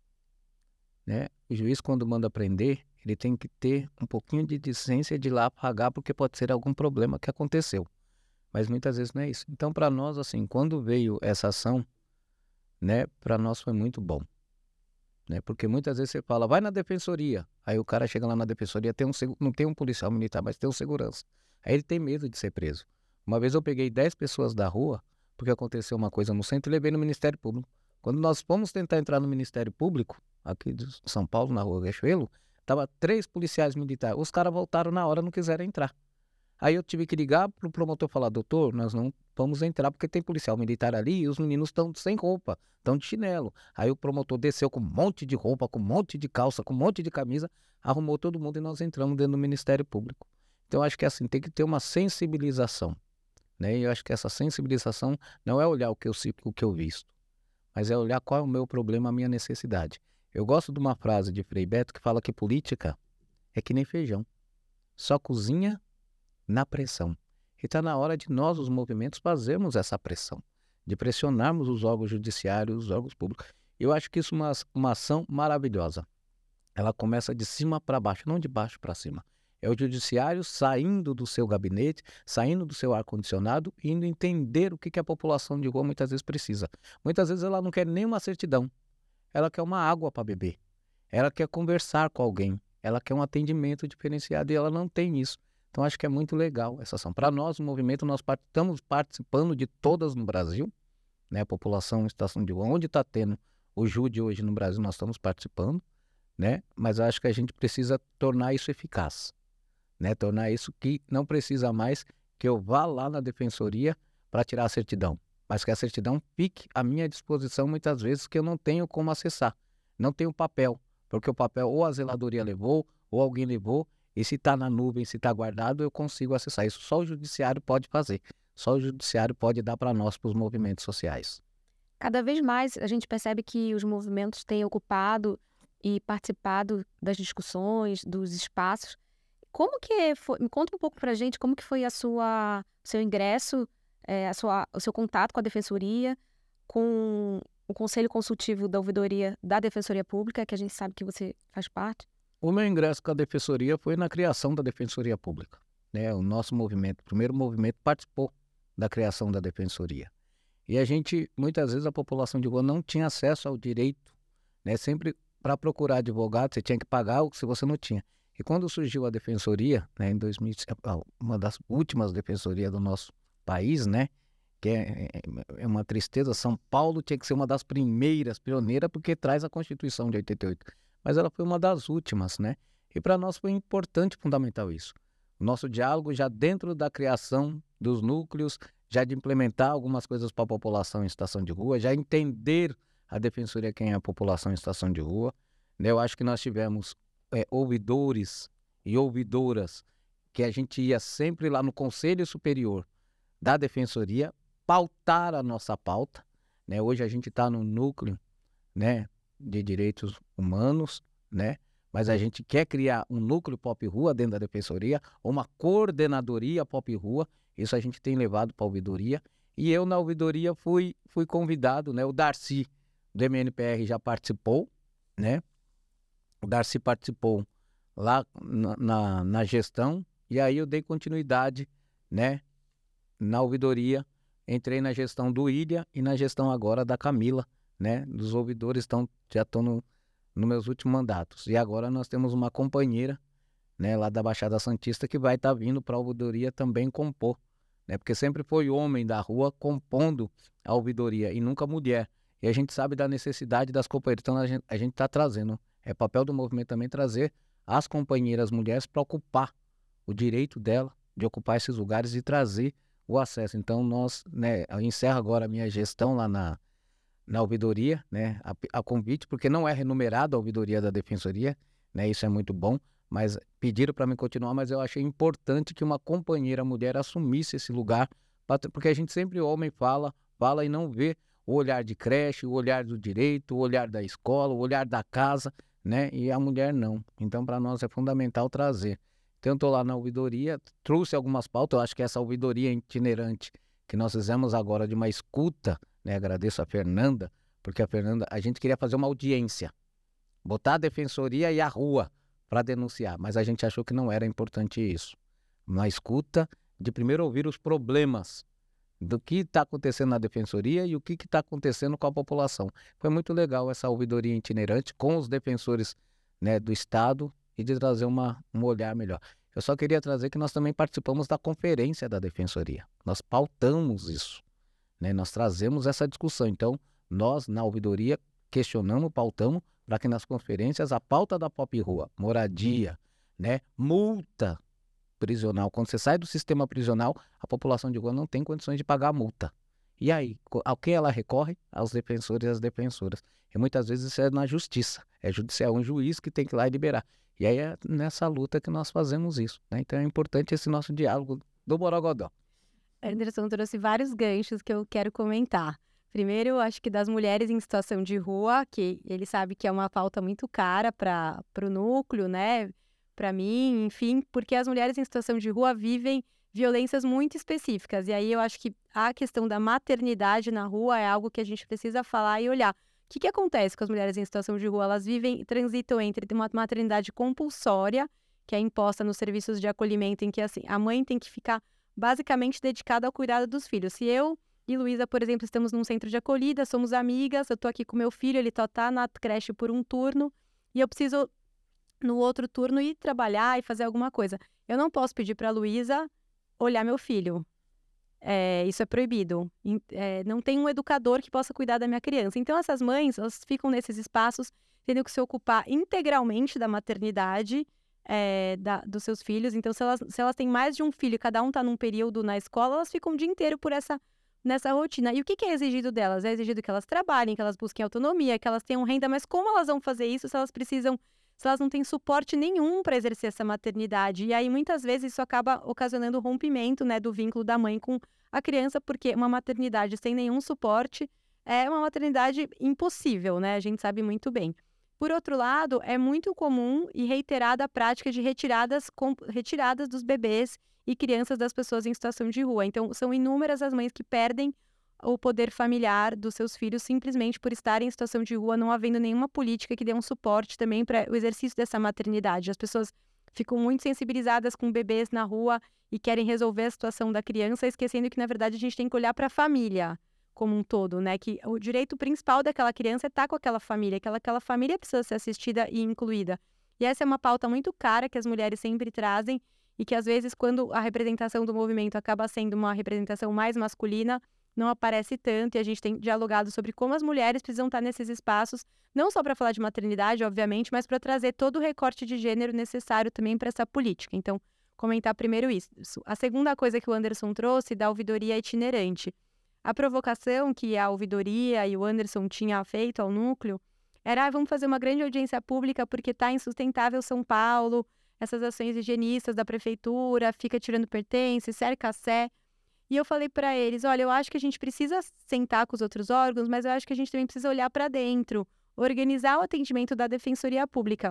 Speaker 4: Né? O juiz, quando manda prender, ele tem que ter um pouquinho de decência de ir lá apagar, porque pode ser algum problema que aconteceu. Mas muitas vezes não é isso. Então, para nós, assim, quando veio essa ação, né, para nós foi muito bom. Né? Porque muitas vezes você fala, vai na defensoria. Aí o cara chega lá na defensoria, tem um, não tem um policial militar, mas tem um segurança. Aí ele tem medo de ser preso. Uma vez eu peguei dez pessoas da rua, porque aconteceu uma coisa no centro, e levei no Ministério Público. Quando nós fomos tentar entrar no Ministério Público, aqui de São Paulo, na rua Riachuelo, tava três policiais militares. Os caras voltaram na hora, não quiseram entrar. Aí eu tive que ligar pro promotor e falar, doutor, nós não vamos entrar porque tem policial militar ali e os meninos estão sem roupa, estão de chinelo. Aí o promotor desceu com um monte de roupa, com um monte de calça, com um monte de camisa, arrumou todo mundo e nós entramos dentro do Ministério Público. Então, eu acho que assim, tem que ter uma sensibilização. Né? E eu acho que essa sensibilização não é olhar o que eu, o que eu visto, mas é olhar qual é o meu problema, a minha necessidade. Eu gosto de uma frase de Frei Beto que fala que política é que nem feijão, só cozinha na pressão. E está na hora de nós, os movimentos, fazermos essa pressão, de pressionarmos os órgãos judiciários, os órgãos públicos. Eu acho que isso é uma, uma ação maravilhosa. Ela começa de cima para baixo, não de baixo para cima. É o judiciário saindo do seu gabinete, saindo do seu ar-condicionado e indo entender o que, que a população de rua muitas vezes precisa. Muitas vezes ela não quer nem uma certidão, ela quer uma água para beber, ela quer conversar com alguém, ela quer um atendimento diferenciado e ela não tem isso. Então acho que é muito legal essa ação. Para nós, o movimento, nós part- estamos participando de todas no Brasil, né? A população em situação de rua, onde está tendo o Jude hoje no Brasil, nós estamos participando, né? Mas acho que a gente precisa tornar isso eficaz. Né, tornar isso que não precisa mais que eu vá lá na defensoria para tirar a certidão, mas que a certidão fique à minha disposição muitas vezes que eu não tenho como acessar, não tenho papel, porque o papel ou a zeladoria levou, ou alguém levou, e se está na nuvem, se está guardado, eu consigo acessar. Isso só o judiciário pode fazer, só o judiciário pode dar para nós, para os movimentos sociais.
Speaker 2: Cada vez mais a gente percebe que os movimentos têm ocupado e participado das discussões, dos espaços. Como que foi? Me conta um pouco pra gente como que foi a sua, seu ingresso, é, a sua, o seu contato com a Defensoria, com o Conselho Consultivo da Ouvidoria da Defensoria Pública, que a gente sabe que você faz parte.
Speaker 4: O meu ingresso com a Defensoria foi na criação da Defensoria Pública. Né? O nosso movimento, o primeiro movimento, participou da criação da Defensoria. E a gente, muitas vezes, a população de rua não tinha acesso ao direito, né? Sempre para procurar advogado, você tinha que pagar o que você não tinha. E quando surgiu a Defensoria, né, em dois mil e cinco, uma das últimas defensorias do nosso país, né, que é, é uma tristeza, São Paulo tinha que ser uma das primeiras, pioneiras, porque traz a Constituição de oitenta e oito. Mas ela foi uma das últimas, né? E para nós foi importante, fundamental isso. O nosso diálogo já dentro da criação dos núcleos, já de implementar algumas coisas para a população em situação de rua, já entender a Defensoria quem é a população em situação de rua. Né? Eu acho que nós tivemos É, ouvidores e ouvidoras, que a gente ia sempre lá no Conselho Superior da Defensoria pautar a nossa pauta. Né? Hoje a gente está no núcleo, né, de direitos humanos, né? Mas a gente quer criar um núcleo Pop Rua dentro da Defensoria, uma coordenadoria Pop Rua, isso a gente tem levado para a ouvidoria. E eu na ouvidoria fui, fui convidado, né? O Darcy do M N P R já participou, né? O Darcy participou lá na, na, na gestão, e aí eu dei continuidade, né, na ouvidoria, entrei na gestão do Ilha e na gestão agora da Camila, né, dos ouvidores tão, já estão no, nos meus últimos mandatos. E agora nós temos uma companheira, né, lá da Baixada Santista, que vai estar tá vindo para a ouvidoria também compor, né, porque sempre foi homem da rua compondo a ouvidoria e nunca mulher. E a gente sabe da necessidade das companheiras, então a gente a gente está trazendo. É papel do movimento também trazer as companheiras mulheres para ocupar o direito dela de ocupar esses lugares e trazer o acesso. Então, nós, né, eu encerro agora a minha gestão lá na, na ouvidoria, né, a, a convite, porque não é remunerada a ouvidoria da Defensoria, né, isso é muito bom, mas pediram para mim continuar, mas eu achei importante que uma companheira mulher assumisse esse lugar, pra, porque a gente sempre, homem, fala, fala e não vê o olhar de creche, o olhar do direito, o olhar da escola, o olhar da casa, né? E a mulher não. Então, para nós é fundamental trazer. Então, eu estou lá na ouvidoria, trouxe algumas pautas, eu acho que essa ouvidoria itinerante que nós fizemos agora de uma escuta, né? Agradeço a Fernanda, porque a Fernanda, a gente queria fazer uma audiência, botar a Defensoria e a rua para denunciar, mas a gente achou que não era importante isso. Uma escuta de primeiro ouvir os problemas do que está acontecendo na Defensoria e o que está acontecendo com a população. Foi muito legal essa ouvidoria itinerante com os defensores, né, do Estado e de trazer uma, um olhar melhor. Eu só queria trazer que nós também participamos da conferência da Defensoria. Nós pautamos isso, né? Nós trazemos essa discussão. Então, nós, na ouvidoria, questionamos, pautamos, para que nas conferências a pauta da Pop Rua, moradia, né, multa prisional. Quando você sai do sistema prisional, a população de rua não tem condições de pagar a multa. E aí, a quem ela recorre? Aos defensores e às defensoras. E muitas vezes isso é na justiça. É judicial, um juiz que tem que ir lá e liberar. E aí é nessa luta que nós fazemos isso, né? Então é importante esse nosso diálogo do Borogodó.
Speaker 3: Anderson trouxe vários ganchos que eu quero comentar. Primeiro, eu acho que das mulheres em situação de rua, que ele sabe que é uma pauta muito cara para o núcleo, né? Para mim, enfim, porque as mulheres em situação de rua vivem violências muito específicas. E aí eu acho que a questão da maternidade na rua é algo que a gente precisa falar e olhar. O que, que acontece com as mulheres em situação de rua? Elas vivem, transitam entre uma maternidade compulsória, que é imposta nos serviços de acolhimento, em que assim, a mãe tem que ficar basicamente dedicada ao cuidado dos filhos. Se eu e Luísa, por exemplo, estamos num centro de acolhida, somos amigas, eu tô aqui com meu filho, ele tá na creche por um turno, e eu preciso, no outro turno, ir trabalhar e fazer alguma coisa. Eu não posso pedir para a Luísa olhar meu filho. É, isso é proibido. É, não tem um educador que possa cuidar da minha criança. Então, essas mães, elas ficam nesses espaços tendo que se ocupar integralmente da maternidade, É, da, dos seus filhos. Então, se elas, se elas têm mais de um filho e cada um está num período na escola, elas ficam o dia inteiro por essa, nessa rotina. E o que, que é exigido delas? É exigido que elas trabalhem, que elas busquem autonomia, que elas tenham renda, mas como elas vão fazer isso se elas precisam, se elas não têm suporte nenhum para exercer essa maternidade? E aí, muitas vezes, isso acaba ocasionando o rompimento, né, do vínculo da mãe com a criança, porque uma maternidade sem nenhum suporte é uma maternidade impossível, né? A gente sabe muito bem. Por outro lado, é muito comum e reiterada a prática de retiradas, com, retiradas dos bebês e crianças das pessoas em situação de rua. Então, são inúmeras as mães que perdem o poder familiar dos seus filhos simplesmente por estarem em situação de rua, não havendo nenhuma política que dê um suporte também para o exercício dessa maternidade. As pessoas ficam muito sensibilizadas com bebês na rua e querem resolver a situação da criança, esquecendo que, na verdade, a gente tem que olhar para a família como um todo, né? Que o direito principal daquela criança é estar com aquela família, que aquela, aquela família precisa ser assistida e incluída. E essa é uma pauta muito cara que as mulheres sempre trazem e que, às vezes, quando a representação do movimento acaba sendo uma representação mais masculina, não aparece tanto, e a gente tem dialogado sobre como as mulheres precisam estar nesses espaços, não só para falar de maternidade, obviamente, mas para trazer todo o recorte de gênero necessário também para essa política. Então, comentar primeiro isso. A segunda coisa que o Anderson trouxe da ouvidoria itinerante. A provocação que a ouvidoria e o Anderson tinha feito ao núcleo era, ah, vamos fazer uma grande audiência pública porque está insustentável São Paulo, essas ações higienistas da prefeitura, fica tirando pertences, cerca a sé. E eu falei para eles, olha, eu acho que a gente precisa sentar com os outros órgãos, mas eu acho que a gente também precisa olhar para dentro, organizar o atendimento da Defensoria Pública.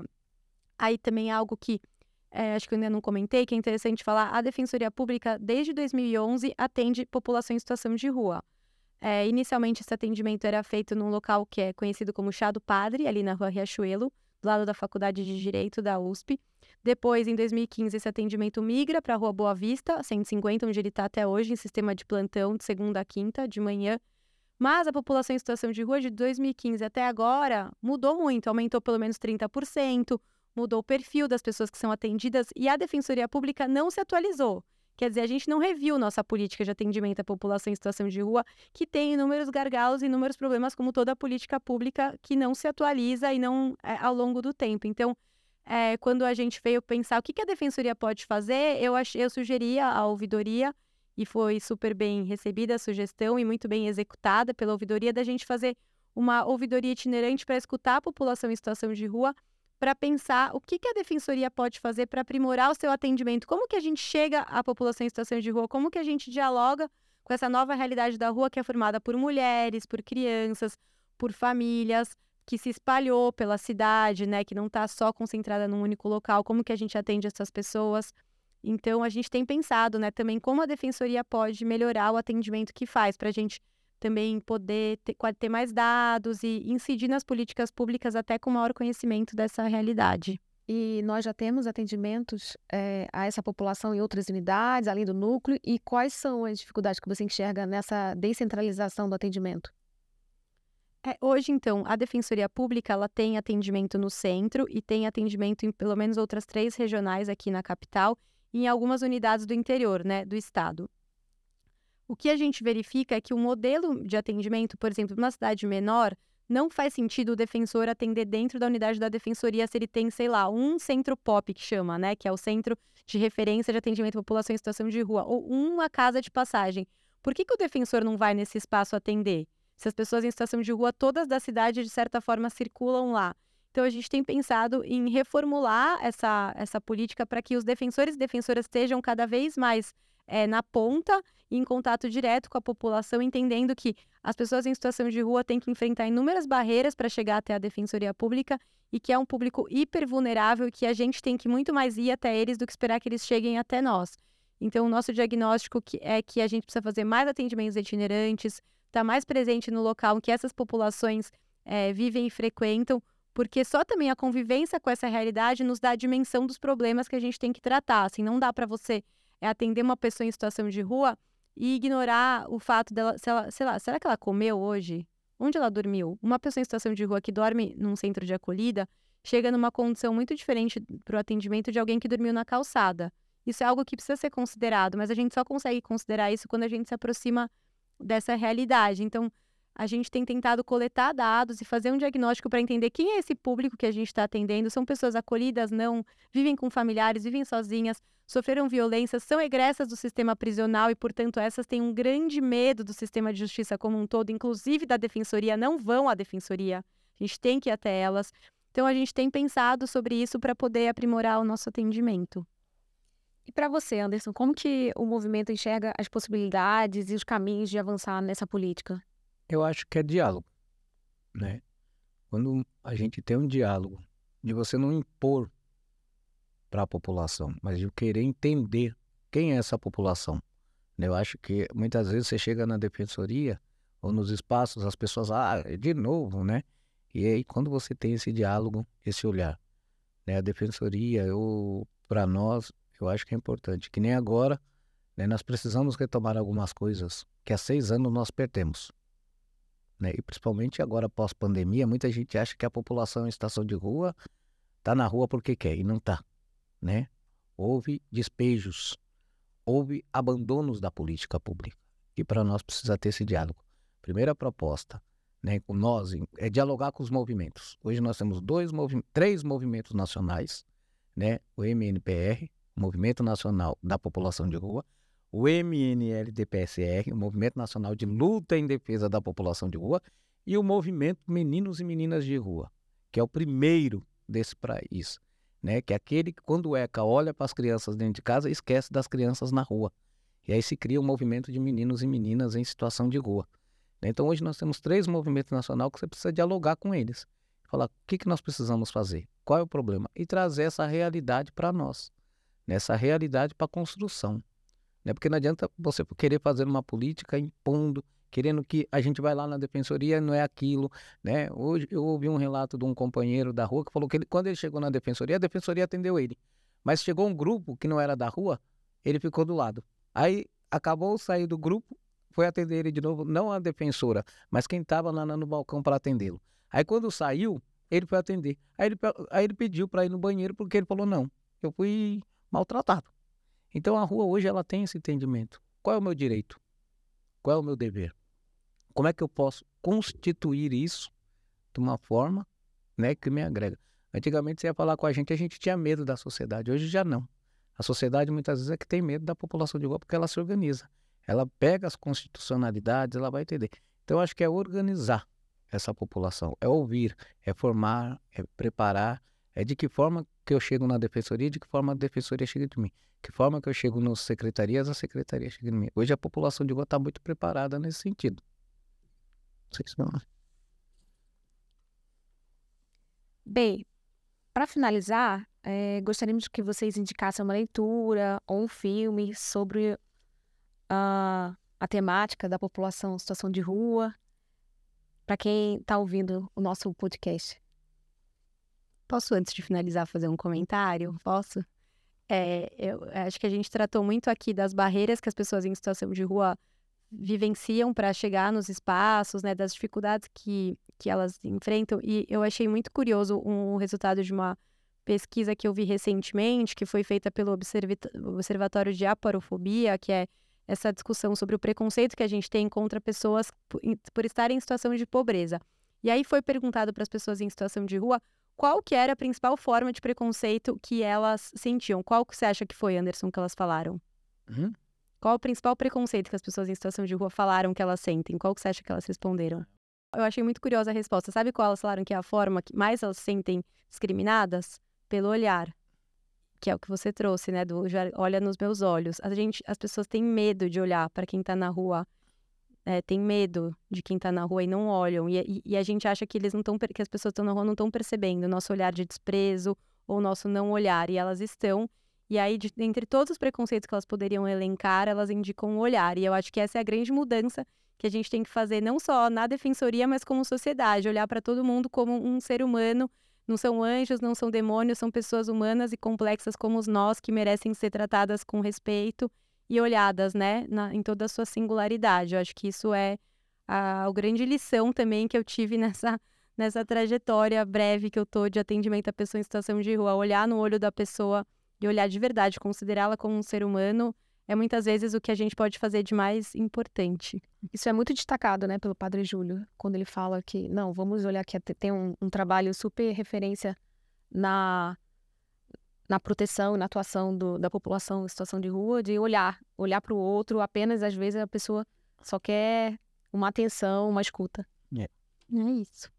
Speaker 3: Aí também é algo que É, acho que eu ainda não comentei, que é interessante falar, a Defensoria Pública, desde dois mil e onze, atende população em situação de rua. É, inicialmente, esse atendimento era feito num local que é conhecido como Chá do Padre, ali na Rua Riachuelo, do lado da Faculdade de Direito da U S P. Depois, em dois mil e quinze, esse atendimento migra para a Rua Boa Vista, cento e cinquenta, onde ele está até hoje, em sistema de plantão, de segunda a quinta, de manhã. Mas a população em situação de rua, de dois mil e quinze até agora, mudou muito, aumentou pelo menos trinta por cento, mudou o perfil das pessoas que são atendidas e a Defensoria Pública não se atualizou. Quer dizer, a gente não reviu nossa política de atendimento à população em situação de rua, que tem inúmeros gargalos e inúmeros problemas, como toda a política pública que não se atualiza e não é, ao longo do tempo. Então, é, quando a gente veio pensar o que, que a Defensoria pode fazer, eu, ach, eu sugeria a ouvidoria, e foi super bem recebida a sugestão e muito bem executada pela ouvidoria, da gente fazer uma ouvidoria itinerante para escutar a população em situação de rua, para pensar o que, que a Defensoria pode fazer para aprimorar o seu atendimento, como que a gente chega à população em situação de rua, como que a gente dialoga com essa nova realidade da rua que é formada por mulheres, por crianças, por famílias, que se espalhou pela cidade, né, que não está só concentrada num único local, como que a gente atende essas pessoas. Então, a gente tem pensado, né, também como a Defensoria pode melhorar o atendimento que faz, para a gente também poder ter, ter mais dados e incidir nas políticas públicas até com maior conhecimento dessa realidade.
Speaker 2: E nós já temos atendimentos é, a essa população em outras unidades, além do núcleo, e quais são as dificuldades que você enxerga nessa descentralização do atendimento?
Speaker 3: É, hoje, então, a Defensoria Pública ela tem atendimento no centro e tem atendimento em pelo menos outras três regionais aqui na capital e em algumas unidades do interior, né, do estado. O que a gente verifica é que o modelo de atendimento, por exemplo, numa cidade menor, não faz sentido o defensor atender dentro da unidade da defensoria se ele tem, sei lá, um centro P O P que chama, né? Que é o Centro de Referência de Atendimento à População em Situação de Rua, ou uma casa de passagem. Por que que o defensor não vai nesse espaço atender? Se as pessoas em situação de rua, todas da cidade, de certa forma, circulam lá. Então, a gente tem pensado em reformular essa, essa política para que os defensores e defensoras estejam cada vez mais É, na ponta e em contato direto com a população, entendendo que as pessoas em situação de rua têm que enfrentar inúmeras barreiras para chegar até a Defensoria Pública e que é um público hiper vulnerável e que a gente tem que muito mais ir até eles do que esperar que eles cheguem até nós. Então, o nosso diagnóstico que é que a gente precisa fazer mais atendimentos itinerantes, estar mais presente no local em que essas populações é, vivem e frequentam, porque só também a convivência com essa realidade nos dá a dimensão dos problemas que a gente tem que tratar. Assim, não dá para você é, atender uma pessoa em situação de rua e ignorar o fato dela, se ela, sei lá, será que ela comeu hoje? Onde ela dormiu? Uma pessoa em situação de rua que dorme num centro de acolhida chega numa condição muito diferente para o atendimento de alguém que dormiu na calçada. Isso é algo que precisa ser considerado, mas a gente só consegue considerar isso quando a gente se aproxima dessa realidade. Então, a gente tem tentado coletar dados e fazer um diagnóstico para entender quem é esse público que a gente está atendendo. São pessoas acolhidas, não, vivem com familiares, vivem sozinhas, sofreram violência, são egressas do sistema prisional e, portanto, essas têm um grande medo do sistema de justiça como um todo, inclusive da defensoria, não vão à defensoria. A gente tem que ir até elas. Então, a gente tem pensado sobre isso para poder aprimorar o nosso atendimento.
Speaker 2: E para você, Anderson, como que o movimento enxerga as possibilidades e os caminhos de avançar nessa política?
Speaker 4: Eu acho que é diálogo, né? Quando a gente tem um diálogo, de você não impor para a população, mas de querer entender quem é essa população, né? Eu acho que muitas vezes você chega na defensoria ou nos espaços, as pessoas, ah, de novo, né? E aí quando você tem esse diálogo, esse olhar, né? A defensoria, eu, para nós, eu acho que é importante, que nem agora, né? Nós precisamos retomar algumas coisas que há seis anos nós perdemos. Né? E principalmente agora pós-pandemia, muita gente acha que a população em situação de rua está na rua porque quer, e não está, né? Houve despejos, houve abandonos da política pública, e para nós precisa ter esse diálogo. Primeira proposta, né, com nós, é dialogar com os movimentos. Hoje nós temos dois movi- três movimentos nacionais, né? O M N P R, Movimento Nacional da População de Rua, o M N L D P S R, o Movimento Nacional de Luta em Defesa da População de Rua, e o Movimento Meninos e Meninas de Rua, que é o primeiro desse país, né? Que é aquele que, quando o ECA olha para as crianças dentro de casa, esquece das crianças na rua. E aí se cria um movimento de meninos e meninas em situação de rua. Então hoje nós temos três movimentos nacionais que você precisa dialogar com eles. Falar o que, que nós precisamos fazer, qual é o problema, e trazer essa realidade para nós, nessa realidade para a construção. Né? Porque não adianta você querer fazer uma política impondo, querendo que a gente vai lá na defensoria, não é aquilo, né? Hoje eu ouvi um relato de um companheiro da rua que falou que ele, quando ele chegou na defensoria, a defensoria atendeu ele. Mas chegou um grupo que não era da rua, ele ficou do lado. Aí acabou, saiu do grupo, foi atender ele de novo, não a defensora, mas quem estava lá no balcão para atendê-lo. Aí quando saiu, ele foi atender. Aí ele, aí ele pediu para ir no banheiro porque ele falou, não, eu fui maltratado. Então a rua hoje ela tem esse entendimento. Qual é o meu direito? Qual é o meu dever? Como é que eu posso constituir isso de uma forma, né, que me agrega? Antigamente você ia falar com a gente, a gente tinha medo da sociedade. Hoje já não. A sociedade muitas vezes é que tem medo da população de rua porque ela se organiza. Ela pega as constitucionalidades, ela vai entender. Então eu acho que é organizar essa população, é ouvir, é formar, é preparar, é de que forma que eu chego na defensoria, de que forma a defensoria chega de mim. Que forma que eu chego nas secretarias, a secretaria chega de mim. Hoje a população de rua está muito preparada nesse sentido. Não sei se não.
Speaker 2: Bem, para finalizar, é, gostaríamos que vocês indicassem uma leitura ou um filme sobre a, a temática da população em situação de rua, para quem está ouvindo o nosso podcast.
Speaker 3: Posso, antes de finalizar, fazer um comentário? Posso? É, eu acho que a gente tratou muito aqui das barreiras que as pessoas em situação de rua vivenciam para chegar nos espaços, né, das dificuldades que, que elas enfrentam, e eu achei muito curioso um resultado de uma pesquisa que eu vi recentemente, que foi feita pelo Observatório de Aparofobia, que é essa discussão sobre o preconceito que a gente tem contra pessoas por, por estarem em situação de pobreza. E aí foi perguntado para as pessoas em situação de rua qual que era a principal forma de preconceito que elas sentiam. Qual que você acha que foi, Anderson, que elas falaram?
Speaker 4: Uhum.
Speaker 3: Qual o principal preconceito que as pessoas em situação de rua falaram que elas sentem? Qual que você acha que elas responderam? Eu achei muito curiosa a resposta. Sabe qual elas falaram que é a forma que mais elas se sentem discriminadas? Pelo olhar. Que é o que você trouxe, né? Do já olha nos meus olhos. A gente, as pessoas têm medo de olhar para quem tá na rua. É, tem medo de quem tá na rua e não olham. E, e, e a gente acha que eles não estão, que as pessoas que estão na rua não estão percebendo o nosso olhar de desprezo ou o nosso não olhar. E elas estão. E aí, de, entre todos os preconceitos que elas poderiam elencar, elas indicam o olhar. E eu acho que essa é a grande mudança que a gente tem que fazer, não só na defensoria, mas como sociedade. Olhar para todo mundo como um ser humano. Não são anjos, não são demônios, são pessoas humanas e complexas como nós, que merecem ser tratadas com respeito e olhadas, né, na, em toda a sua singularidade. Eu acho que isso é a, a grande lição também que eu tive nessa, nessa trajetória breve que eu tô de atendimento à pessoa em situação de rua. Olhar no olho da pessoa e olhar de verdade, considerá-la como um ser humano, é muitas vezes o que a gente pode fazer de mais importante.
Speaker 2: Isso é muito destacado, né, pelo Padre Júlio, quando ele fala que, não, vamos olhar que tem um, um trabalho super referência na, na proteção e na atuação do, da população em situação de rua, de olhar, olhar para o outro, apenas, às vezes, a pessoa só quer uma atenção, uma escuta.
Speaker 4: É.
Speaker 3: É isso.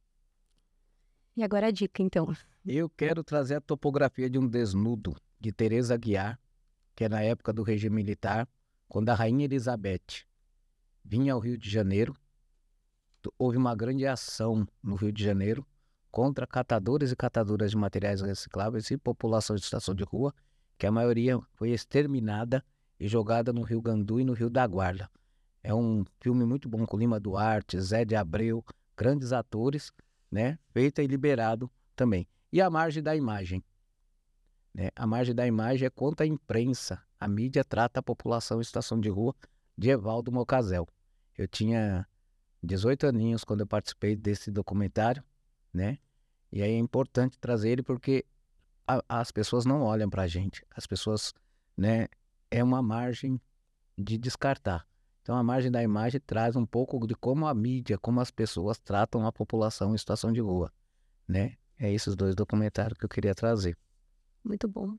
Speaker 3: E agora a dica, então.
Speaker 4: Eu quero trazer a topografia de um desnudo, de Teresa Aguiar, que é na época do regime militar, quando a Rainha Elizabeth vinha ao Rio de Janeiro. Houve uma grande ação no Rio de Janeiro contra catadores e catadoras de materiais recicláveis e população de situação de rua, que a maioria foi exterminada e jogada no Rio Gandu e no Rio da Guarda. É um filme muito bom, com Lima Duarte, Zé de Abreu, grandes atores, né? Feito e liberado também. E A Margem da Imagem. Né? A Margem da Imagem é contra a imprensa. A mídia trata a população em situação de rua, de Evaldo Mocasel. Eu tinha dezoito aninhos quando eu participei desse documentário, né? E aí é importante trazer ele porque a, as pessoas não olham para a gente. As pessoas, né? É uma margem de descartar. Então a Margem da Imagem traz um pouco de como a mídia, como as pessoas tratam a população em situação de rua, né? É esses dois documentários que eu queria trazer.
Speaker 2: Muito bom.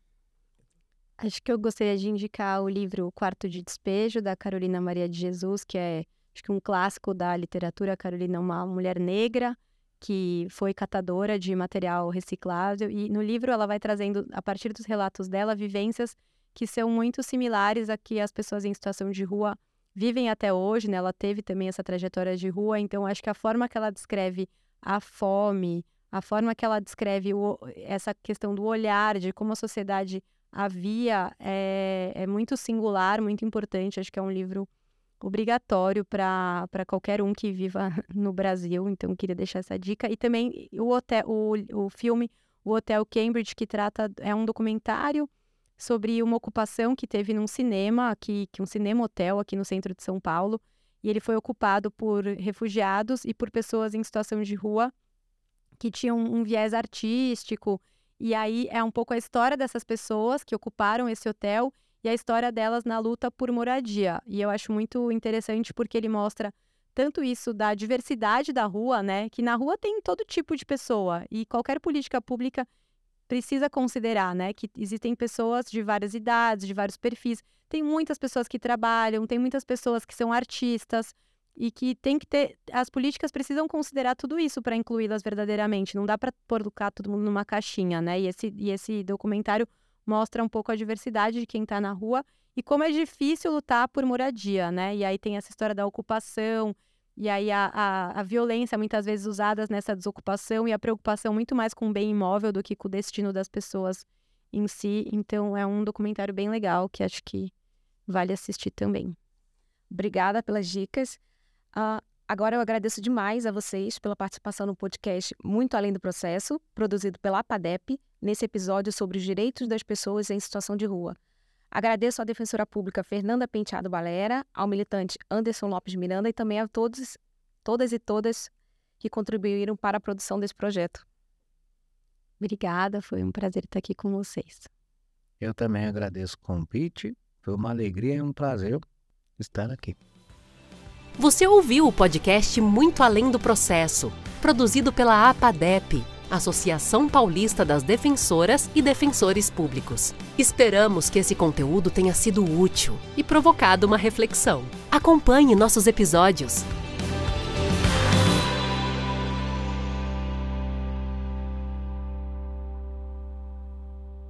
Speaker 3: Acho que eu gostaria de indicar o livro O Quarto de Despejo, da Carolina Maria de Jesus, que é, acho que um clássico da literatura. A Carolina é uma mulher negra que foi catadora de material reciclável, e no livro ela vai trazendo, a partir dos relatos dela, vivências que são muito similares a que as pessoas em situação de rua vivem até hoje, né? Ela teve também essa trajetória de rua, então acho que a forma que ela descreve a fome, a forma que ela descreve o, essa questão do olhar, de como a sociedade havia, é, é muito singular, muito importante. Acho que é um livro obrigatório para para qualquer um que viva no Brasil, então queria deixar essa dica. E também o, hotel, o, o filme O Hotel Cambridge, que trata, é um documentário sobre uma ocupação que teve num cinema, aqui, que um cinema-hotel aqui no centro de São Paulo, e ele foi ocupado por refugiados e por pessoas em situação de rua que tinham um viés artístico, e aí é um pouco a história dessas pessoas que ocuparam esse hotel e a história delas na luta por moradia. E eu acho muito interessante porque ele mostra tanto isso da diversidade da rua, né, que na rua tem todo tipo de pessoa, e qualquer política pública precisa considerar, né, que existem pessoas de várias idades, de vários perfis. Tem muitas pessoas que trabalham, tem muitas pessoas que são artistas, e que tem que ter, as políticas precisam considerar tudo isso para incluí-las verdadeiramente. Não dá para colocar todo mundo numa caixinha, né? E esse, e esse documentário mostra um pouco a diversidade de quem está na rua e como é difícil lutar por moradia, né? E aí tem essa história da ocupação, e aí a, a, a violência muitas vezes usada nessa desocupação, e a preocupação muito mais com o bem imóvel do que com o destino das pessoas em si. Então é um documentário bem legal que acho que vale assistir também.
Speaker 2: Obrigada pelas dicas. Uh, agora eu agradeço demais a vocês pela participação no podcast Muito Além do Processo, produzido pela APADEP, nesse episódio sobre os direitos das pessoas em situação de rua. Agradeço à defensora pública Fernanda Penteado Balera, ao militante Anderson Lopes Miranda e também a todos, todas e todas que contribuíram para a produção desse projeto.
Speaker 3: Obrigada, foi um prazer estar aqui com vocês.
Speaker 4: Eu também agradeço o convite, foi uma alegria e um prazer estar aqui.
Speaker 1: Você ouviu o podcast Muito Além do Processo, produzido pela APADEP, Associação Paulista das Defensoras e Defensores Públicos. Esperamos que esse conteúdo tenha sido útil e provocado uma reflexão. Acompanhe nossos episódios.